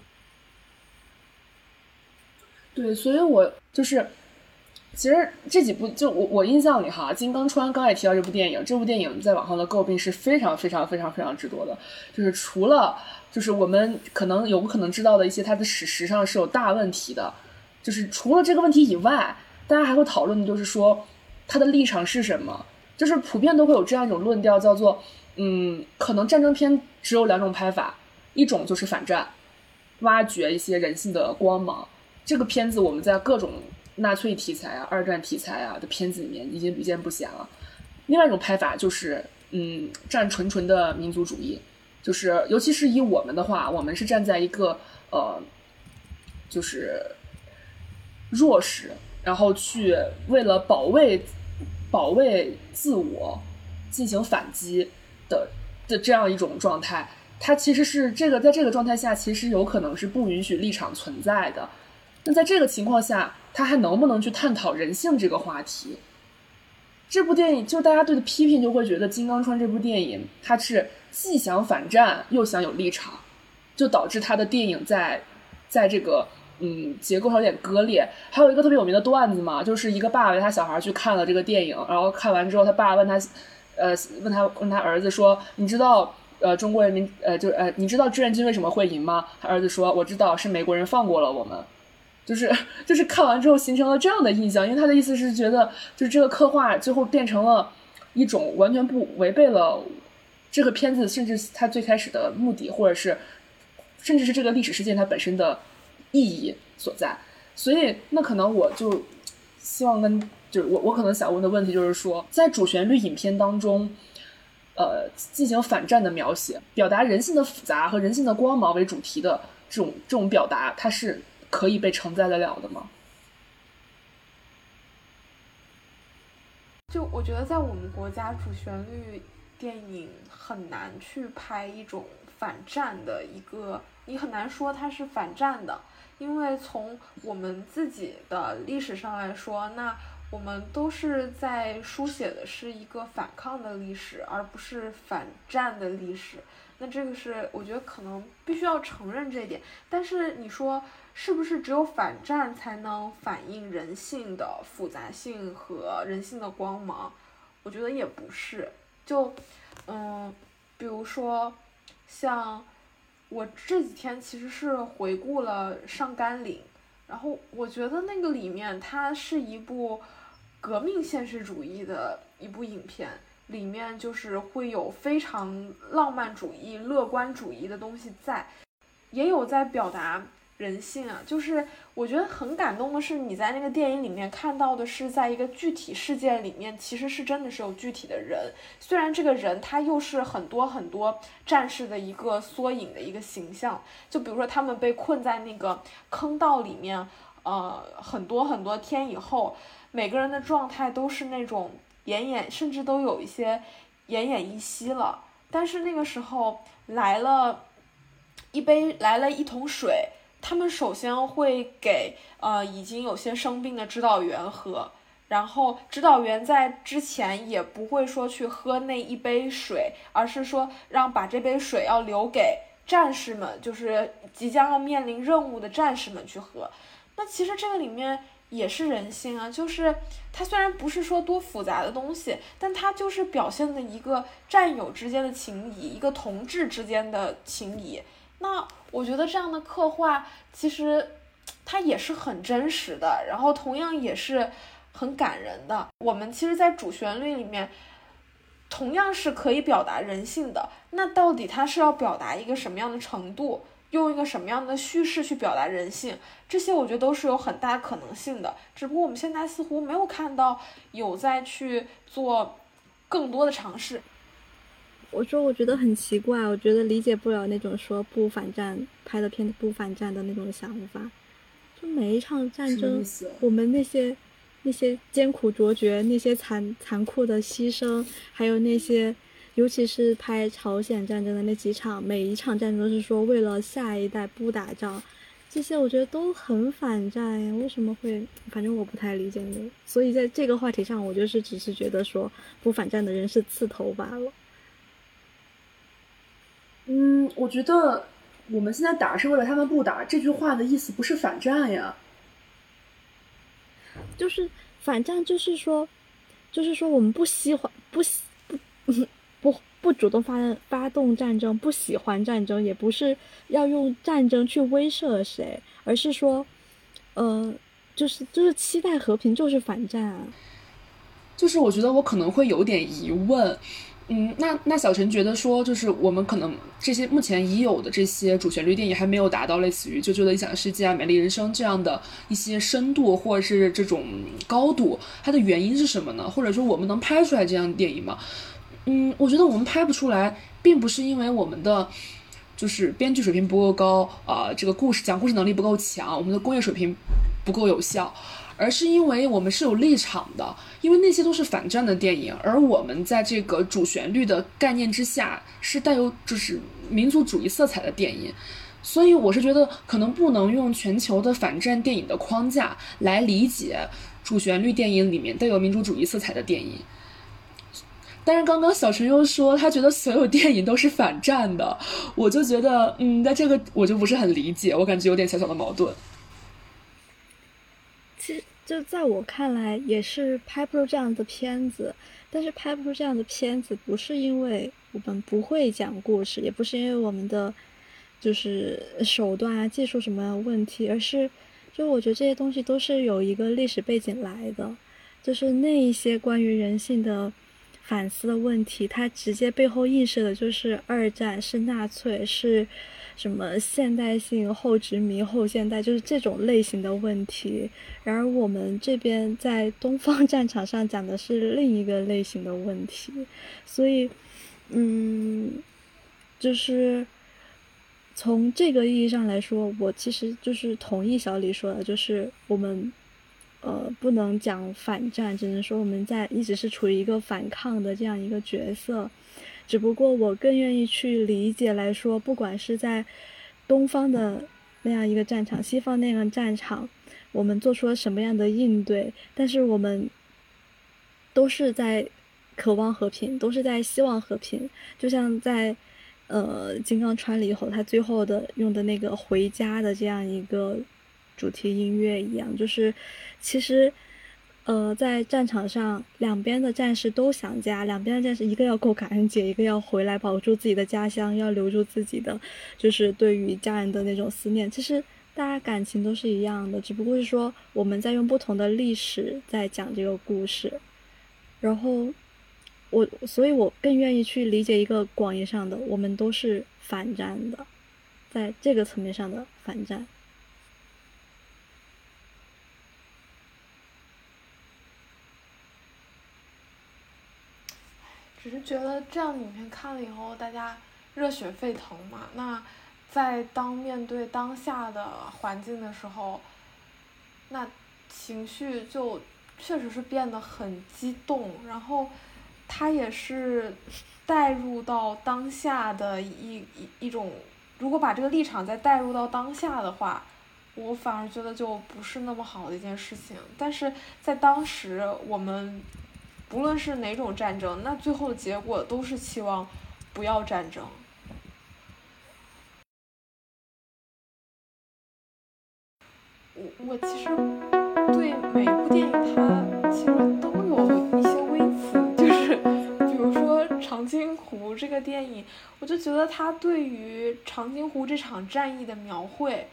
对，所以我就是其实这几部就我印象里哈，金刚川刚才也提到这部电影，这部电影在网上的诟病是非常非常非常非常之多的，就是除了就是我们可能知道的一些它的史实上是有大问题的，就是除了这个问题以外，大家还会讨论的就是说它的立场是什么，就是普遍都会有这样一种论调，叫做可能战争片只有两种拍法，一种就是反战，挖掘一些人性的光芒，这个片子我们在各种纳粹题材啊、二战题材啊的片子里面已经屡见不鲜了。另外一种拍法就是站纯纯的民族主义，就是尤其是以我们的话，我们是站在一个就是弱势，然后去为了保卫自我进行反击的这样一种状态。它其实是在这个状态下，其实有可能是不允许立场存在的。那在这个情况下，他还能不能去探讨人性这个话题？这部电影就大家对的批评就会觉得《金刚川》这部电影它是既想反战又想有立场，就导致他的电影在这个结构上有点割裂。还有一个特别有名的段子嘛，就是一个爸爸带他小孩去看了这个电影，然后看完之后他爸问他儿子说，你知道中国人民你知道志愿军为什么会赢吗？他儿子说，我知道，是美国人放过了我们。就是看完之后形成了这样的印象，因为他的意思是觉得就是这个刻画最后变成了一种完全不违背了这个片子甚至它最开始的目的，或者是甚至是这个历史事件它本身的意义所在。所以那可能我就希望就是我可能想问的问题就是说，在主旋律影片当中进行反战的描写，表达人性的复杂和人性的光芒为主题的这种表达，它是可以被承载得了的吗？ 就我觉得在我们国家主旋律电影很难去拍一种反战的一个，你很难说它是反战的，因为从我们自己的历史上来说，那我们都是在书写的是一个反抗的历史，而不是反战的历史。那这个是我觉得可能必须要承认这一点。但是你说是不是只有反战才能反映人性的复杂性和人性的光芒？我觉得也不是。就比如说像我这几天其实是回顾了上甘岭，然后我觉得那个里面它是一部革命现实主义的一部影片，里面就是会有非常浪漫主义、乐观主义的东西在，也有在表达人性啊。就是我觉得很感动的是，你在那个电影里面看到的是在一个具体事件里面，其实是真的是有具体的人，虽然这个人他又是很多很多战士的一个缩影的一个形象。就比如说他们被困在那个坑道里面很多很多天以后，每个人的状态都是那种甚至都有一些奄奄一息了。但是那个时候来了一桶水，他们首先会给已经有些生病的指导员喝，然后指导员在之前也不会说去喝那一杯水，而是说把这杯水要留给战士们，就是即将要面临任务的战士们去喝。那其实这个里面也是人性啊，就是它虽然不是说多复杂的东西，但它就是表现的一个战友之间的情谊，一个同志之间的情谊。那我觉得这样的刻画其实它也是很真实的，然后同样也是很感人的。我们其实在主旋律里面同样是可以表达人性的，那到底它是要表达一个什么样的程度， 用一个什么样的叙事去表达人性，这些我觉得都是有很大可能性的，只不过我们现在似乎没有看到有在去做更多的尝试。 我觉得很奇怪，我觉得理解不了那种说不反战拍的片子不反战的那种想法。就每一场战争，我们那些艰苦卓绝，那些残酷的牺牲，还有那些，尤其是拍朝鲜战争的那几场，每一场战争都是说为了下一代不打仗，这些我觉得都很反战呀。为什么会？反正我不太理解那个，所以在这个话题上，我就是只是觉得说不反战的人是刺头罢了。 我觉得我们现在打是为了他们不打，这句话的意思不是反战呀。 就是反战，就是说我们不喜欢不主动发动战争，不喜欢战争，也不是要用战争去威慑谁，而是说，就是期待和平，就是反战啊。 就是我觉得我可能会有点疑问。那小陈觉得说，就是我们可能这些目前已有的这些主旋律电影还没有达到类似于《啾啾的理想世界》啊、《美丽人生》这样的一些深度或者是这种高度，它的原因是什么呢？或者说我们能拍出来这样的电影吗？我觉得我们拍不出来，并不是因为我们的就是编剧水平不够高这个讲故事能力不够强，我们的工业水平不够有效，而是因为我们是有立场的，因为那些都是反战的电影，而我们在这个主旋律的概念之下是带有就是民族主义色彩的电影，所以我是觉得可能不能用全球的反战电影的框架来理解主旋律电影里面带有民族主义色彩的电影。但是刚刚小陈又说他觉得所有电影都是反战的，我就觉得在这个我就不是很理解，我感觉有点小小的矛盾。 其实就在我看来也是拍不出这样的片子，但是拍不出这样的片子不是因为我们不会讲故事，也不是因为我们的就是手段啊技术什么问题，而是就我觉得这些东西都是有一个历史背景来的，就是那一些关于人性的反思的问题，它直接背后映射的就是二战，是纳粹，是什么现代性、后殖民、后现代，就是这种类型的问题。然而我们这边在东方战场上讲的是另一个类型的问题，所以就是从这个意义上来说，我其实就是同意小李说的，就是我们不能讲反战，只能说我们一直是处于一个反抗的这样一个角色。只不过我更愿意去理解来说，不管是在东方的那样一个战场，西方那样的战场，我们做出了什么样的应对，但是我们都是在渴望和平，都是在希望和平。就像在金刚穿了以后，他最后的用的那个回家的这样一个主题音乐一样，就是其实在战场上两边的战士都想家，两边的战士一个要过感恩节，一个要回来保住自己的家乡，要留住自己的就是对于家人的那种思念。其实大家感情都是一样的，只不过是说我们在用不同的历史在讲这个故事。然后所以我更愿意去理解一个广义上的，我们都是反战的，在这个层面上的反战。 只是觉得这样的影片看了以后，大家热血沸腾嘛。那在面对当下的环境的时候，那情绪就确实是变得很激动，然后它也是带入到当下的一种，如果把这个立场再带入到当下的话，我反而觉得就不是那么好的一件事情。但是在当时我们不论是哪种战争，那最后的结果都是期望不要战争。我其实对每一部电影它其实都有一些微词，就是比如说长津湖这个电影，我就觉得它对于长津湖这场战役的描绘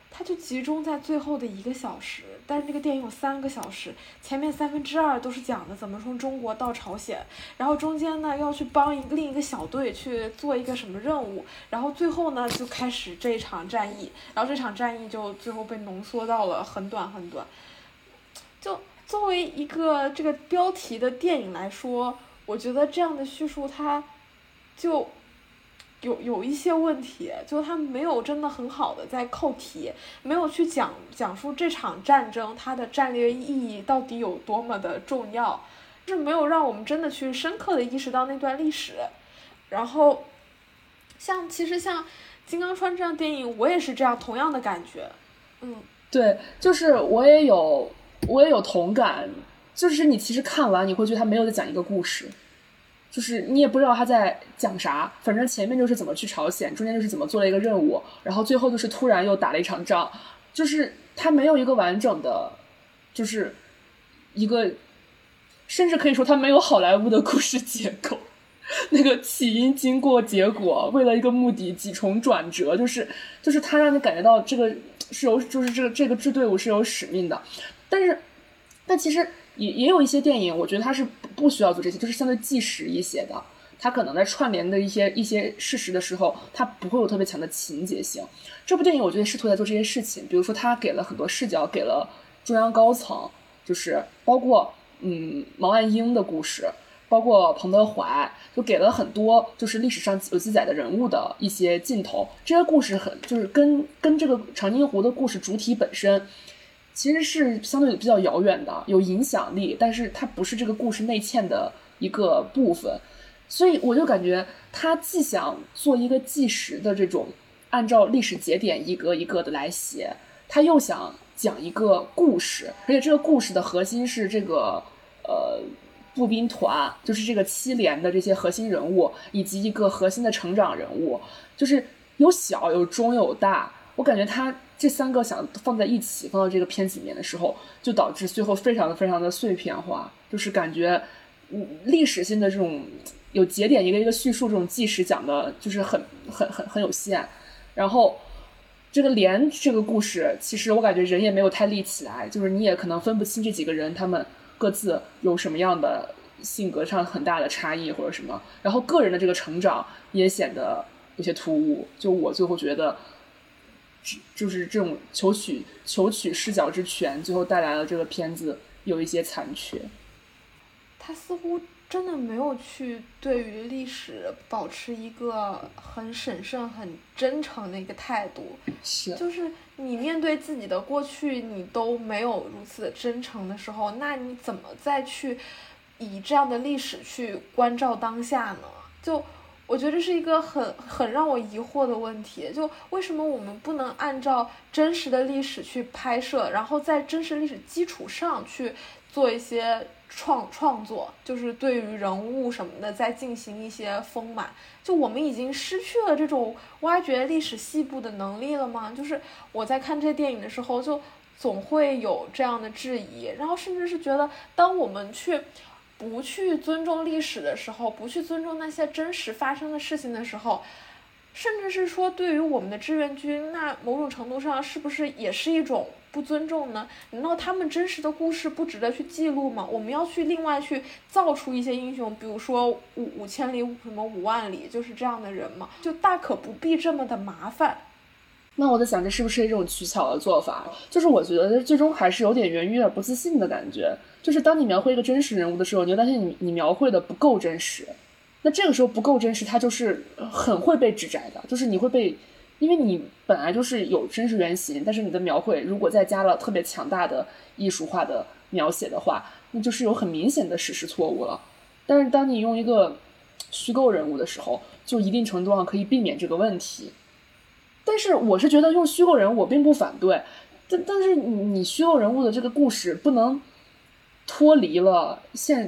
它就集中在最后的1个小时，但是这个电影有3个小时，前面2/3都是讲的怎么从中国到朝鲜，然后中间呢要去帮另一个小队去做一个什么任务，然后最后呢就开始这一场战役，然后这场战役就最后被浓缩到了很短很短。就作为一个这个标题的电影来说，我觉得这样的叙述它就有一些问题，就他没有真的很好的在扣题，没有去讲述这场战争它的战略意义到底有多么的重要，就是没有让我们真的去深刻的意识到那段历史。然后其实像金刚川这样电影，我也是这样同样的感觉。 对，就是我也有同感，就是你其实看完你会觉得他没有在讲一个故事，就是你也不知道他在讲啥，反正前面就是怎么去朝鲜，中间就是怎么做了一个任务，然后最后就是突然又打了一场仗，就是他没有一个完整的，就是一个，甚至可以说他没有好莱坞的故事结构，那个起因、经过、结果，为了一个目的几重转折，就是他让你感觉到这个是有，就是这个支队伍是有使命的，但其实也有一些电影，我觉得它是不需要做这些，就是相对纪实一些的。它可能在串联的一些事实的时候，它不会有特别强的情节性。这部电影我觉得试图在做这些事情，比如说它给了很多视角，给了中央高层，就是包括毛岸英的故事，包括彭德怀，就给了很多就是历史上有记载的人物的一些镜头。这些故事就是跟这个长津湖的故事主体本身其实是相对比较遥远的，有影响力，但是它不是这个故事内嵌的一个部分。所以我就感觉他既想做一个纪实的这种按照历史节点一个一个的来写，他又想讲一个故事，而且这个故事的核心是这个步兵团，就是这个7连的这些核心人物，以及一个核心的成长人物，就是有小有中有大。我感觉他这3个想放在一起放到这个片子里面的时候，就导致最后非常的碎片化，就是感觉历史性的这种有节点一个一个叙述，这种纪实讲的就是很有限。然后这个连这个故事其实我感觉人也没有太立起来，就是你也可能分不清这几个人他们各自有什么样的性格上很大的差异或者什么，然后个人的这个成长也显得有些突兀。就我最后觉得就是这种求取视角之权，最后带来了这个片子有一些残缺。 他似乎真的没有去对于历史保持一个很审慎很真诚的一个态度，就是你面对自己的过去你都没有如此真诚的时候，那你怎么再去以这样的历史去关照当下呢？就我觉得这是一个很让我疑惑的问题，就为什么我们不能按照真实的历史去拍摄，然后在真实历史基础上去做一些创作，就是对于人物什么的再进行一些丰满。就我们已经失去了这种挖掘历史细部的能力了吗？就是我在看这电影的时候就总会有这样的质疑，然后甚至是觉得当我们不去尊重历史的时候，不去尊重那些真实发生的事情的时候，甚至是说对于我们的志愿军，那某种程度上是不是也是一种不尊重呢？难道他们真实的故事不值得去记录吗？我们要去另外去造出一些英雄，比如说五千里什么5万里，就是这样的人嘛，就大可不必这么的麻烦。 那我在想这是不是一种取巧的做法，就是我觉得最终还是有点源于有点不自信的感觉，就是当你描绘一个真实人物的时候，你就担心你描绘的不够真实，那这个时候不够真实，它就是很会被指摘的，就是你会被，因为你本来就是有真实原型，但是你的描绘如果再加了特别强大的艺术化的描写的话，那就是有很明显的史实错误了。但是当你用一个虚构人物的时候，就一定程度上可以避免这个问题。但是我是觉得用虚构人物我并不反对，但是你虚构人物的这个故事不能脱离了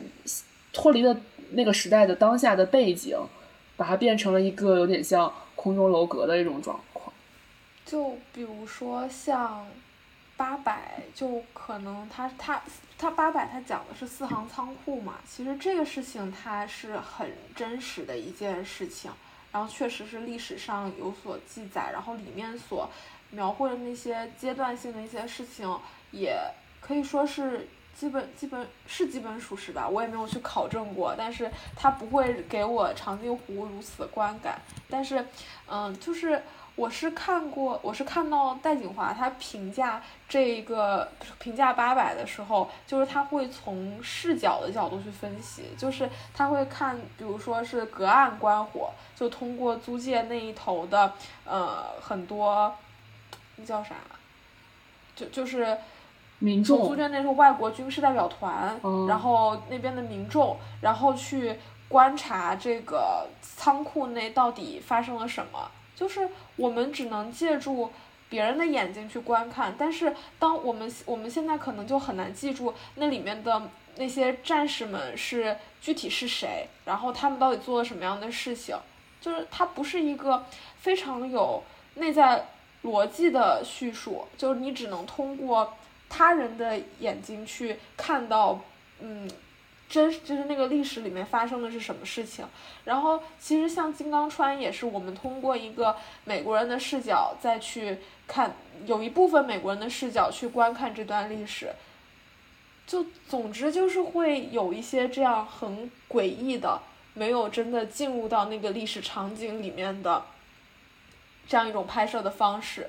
那个时代的当下的背景，把它变成了一个有点像空中楼阁的一种状况。 就比如说像800，就可能他800他讲的是4行仓库嘛，其实这个事情它是很真实的一件事情，然后确实是历史上有所记载，然后里面所描绘的那些阶段性的一些事情，也可以说是基本属实吧，我也没有去考证过，但是它不会给我长津湖如此观感。但是，就是我是看到戴锦华他评价八佰的时候，就是他会从视角的角度去分析，就是他会看，比如说是隔岸观火，就通过租界那一头的很多那叫啥，就是民众， 租界那头外国军事代表团，然后那边的民众，然后去观察这个仓库内到底发生了什么。就是我们只能借助别人的眼睛去观看，但是当我们现在可能就很难记住那里面的那些战士们是具体是谁，然后他们到底做了什么样的事情，就是它不是一个非常有内在逻辑的叙述，就是你只能通过他人的眼睛去看到，就是那个历史里面发生的是什么事情。然后其实像金刚川也是我们通过一个美国人的视角再去看，有一部分美国人的视角去观看这段历史，就总之就是会有一些这样很诡异的，没有真的进入到那个历史场景里面的这样一种拍摄的方式。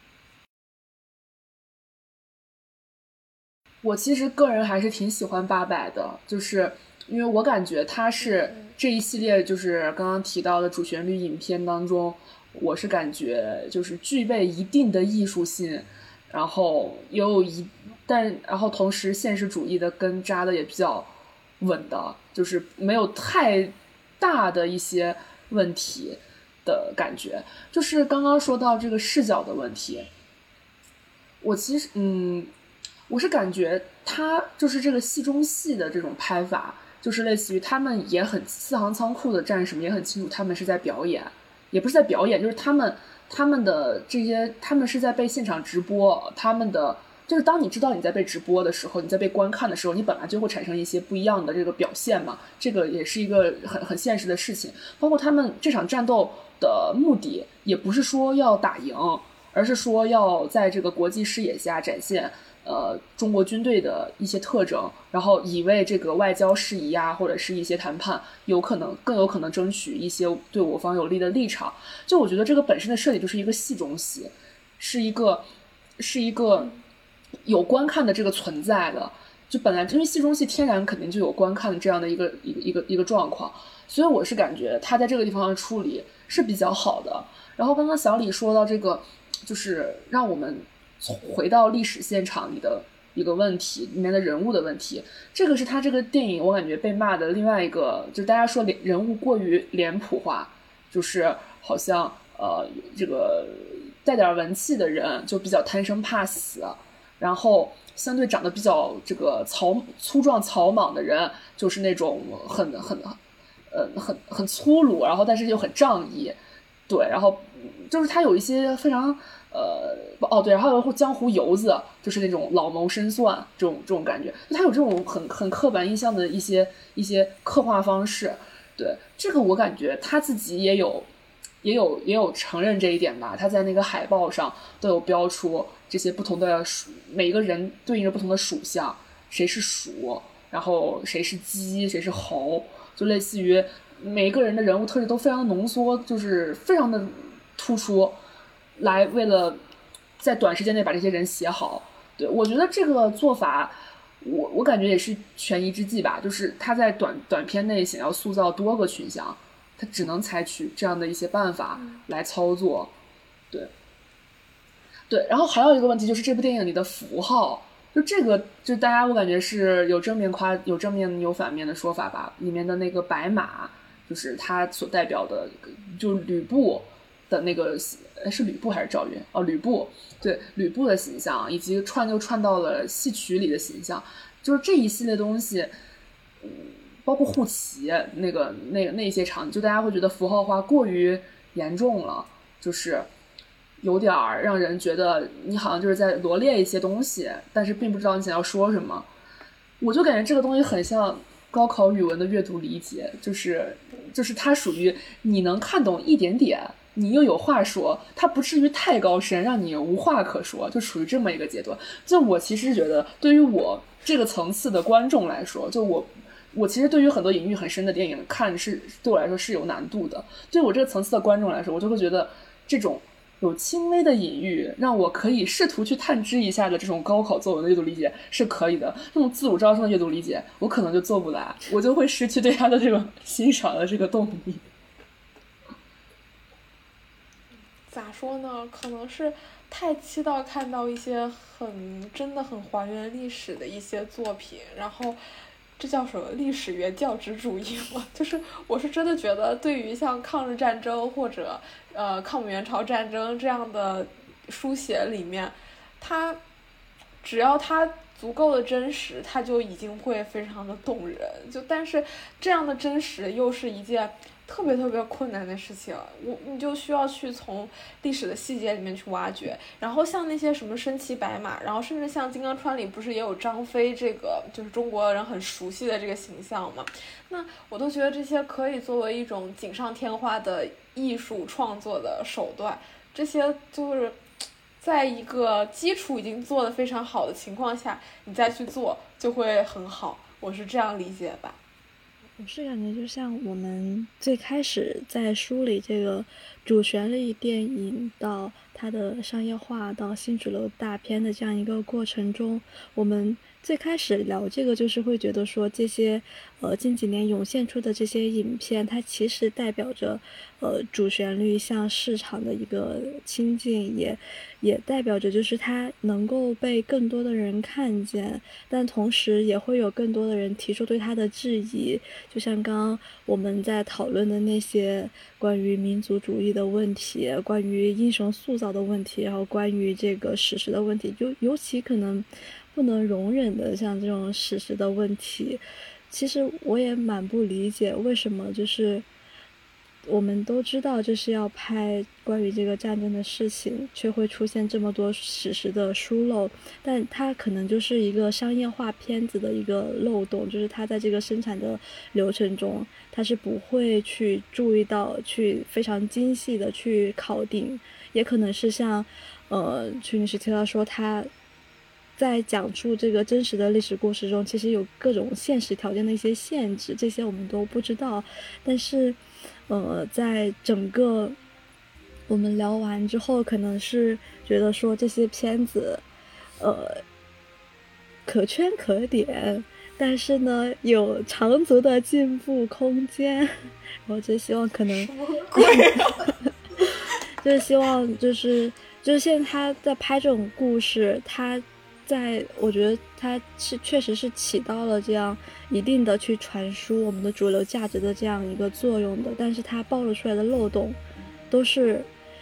我其实个人还是挺喜欢八佰的，就是因为我感觉它是这一系列就是刚刚提到的主旋律影片当中，我是感觉就是具备一定的艺术性，然后然后同时现实主义的根扎的也比较稳的，就是没有太大的一些问题的感觉。就是刚刚说到这个视角的问题，我其实我是感觉他就是这个戏中戏的这种拍法，就是类似于他们也很四行仓库的战士们也很清楚他们是在表演，也不是在表演，就是他们的这些，他们是在被现场直播，他们的就是当你知道你在被直播的时候，你在被观看的时候，你本来就会产生一些不一样的这个表现嘛，这个也是一个很现实的事情。包括他们这场战斗的目的也不是说要打赢，而是说要在这个国际视野下展现中国军队的一些特征，然后以为这个外交事宜啊，或者是一些谈判更有可能争取一些对我方有利的立场。就我觉得这个本身的设计就是一个戏中戏，是一个有观看的这个存在的，就本来因为戏中戏天然肯定就有观看的这样的一个状况，所以我是感觉他在这个地方的处理是比较好的。然后刚刚小李说到这个，就是让我们回到历史现场里的一个问题，里面的人物的问题，这个是他这个电影我感觉被骂的另外一个，就是大家说人物过于脸谱化，就是好像这个带点文气的人就比较贪生怕死，然后相对长得比较这个粗壮草莽的人就是那种很粗鲁，然后但是又很仗义，对，然后就是他有一些非常对，然后有江湖游子，就是那种老谋深算这种感觉，他有这种很刻板印象的一些刻画方式。对，这个我感觉他自己也有承认这一点吧，他在那个海报上都有标出这些不同的每一个人对应着不同的属相，谁是鼠，然后谁是鸡，谁是猴，就类似于每一个人的人物特质都非常浓缩，就是非常的突出，来为了在短时间内把这些人写好。对，我觉得这个做法我感觉也是权宜之计吧，就是他在短片内想要塑造多个群像，他只能采取这样的一些办法来操作。对，然后还有一个问题就是这部电影里的符号，就这个就大家我感觉是有正面有反面的说法吧。里面的那个白马，就是它所代表的，就是吕布的那个是吕布还是赵云？哦，吕布，对，吕布的形象，以及串到了戏曲里的形象，就是这一系列东西，包括护旗那些场景，就大家会觉得符号化过于严重了，就是有点让人觉得你好像就是在罗列一些东西，但是并不知道你想要说什么。我就感觉这个东西很像高考语文的阅读理解，就是它属于你能看懂一点点， 你又有话说，它不至于太高深，让你无话可说，就属于这么一个阶段。就我其实觉得，对于我这个层次的观众来说，就我其实对于很多隐喻很深的电影看是对我来说是有难度的。对我这个层次的观众来说，我就会觉得这种有轻微的隐喻，让我可以试图去探知一下的这种高考作文的阅读理解是可以的。这种自主招生的阅读理解，我可能就做不来，我就会失去对他的这个欣赏的这个动力。 咋说呢？可能是太期待看到一些真的很还原历史的一些作品，然后这叫什么历史原教旨主义吗？就是我是真的觉得，对于像抗日战争或者抗美援朝战争这样的书写里面，只要它足够的真实，它就已经会非常的动人。但是这样的真实又是一件特别特别困难的事情，你就需要去从历史的细节里面去挖掘。然后像那些什么身骑白马，然后甚至像金刚川里不是也有张飞这个就是中国人很熟悉的这个形象嘛，那我都觉得这些可以作为一种锦上添花的艺术创作的手段，这些就是在一个基础已经做得非常好的情况下，你再去做就会很好，我是这样理解吧。 我是感觉就像我们最开始在梳理这个主旋律电影到它的商业化到新主流大片的这样一个过程中，我们最开始聊这个就是会觉得说这些近几年涌现出的这些影片，它其实代表着主旋律向市场的一个亲近，也代表着就是它能够被更多的人看见，但同时也会有更多的人提出对它的质疑。就像刚刚我们在讨论的那些关于民族主义的问题，关于英雄塑造的问题，然后关于这个史实的问题，就尤其可能不能容忍的像这种史实的问题，其实我也蛮不理解为什么就是我们都知道这是要拍关于这个战争的事情，却会出现这么多史实的疏漏，但它可能就是一个商业化片子的一个漏洞，就是它在这个生产的流程中，它是不会去注意到，去非常精细的去考定，也可能是像曲女士提到说他在讲述这个真实的历史故事中，其实有各种现实条件的一些限制，这些我们都不知道。但是，在整个我们聊完之后，可能是觉得说这些片子，可圈可点，但是呢，有长足的进步空间。我就希望可能，就是希望就是现在他在拍这种故事，我觉得它确实是起到了这样一定的去传输我们的主流价值的这样一个作用的，但是它暴露出来的漏洞都是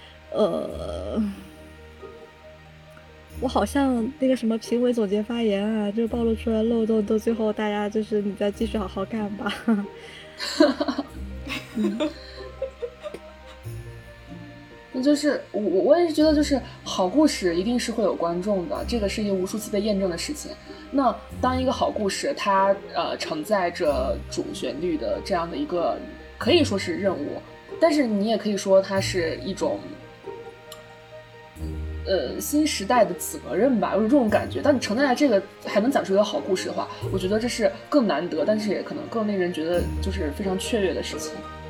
我好像那个什么评委总结发言啊，就暴露出来的漏洞都最后大家就是你再继续好好干吧。 就是我也是觉得，就是好故事一定是会有观众的，这个是一个无数次被验证的事情。那当一个好故事它承载着主旋律的这样的一个可以说是任务，但是你也可以说它是一种新时代的责任吧，有这种感觉。当你承载这个还能讲出一个好故事的话，我觉得这是更难得，但是也可能更令人觉得就是非常雀跃的事情。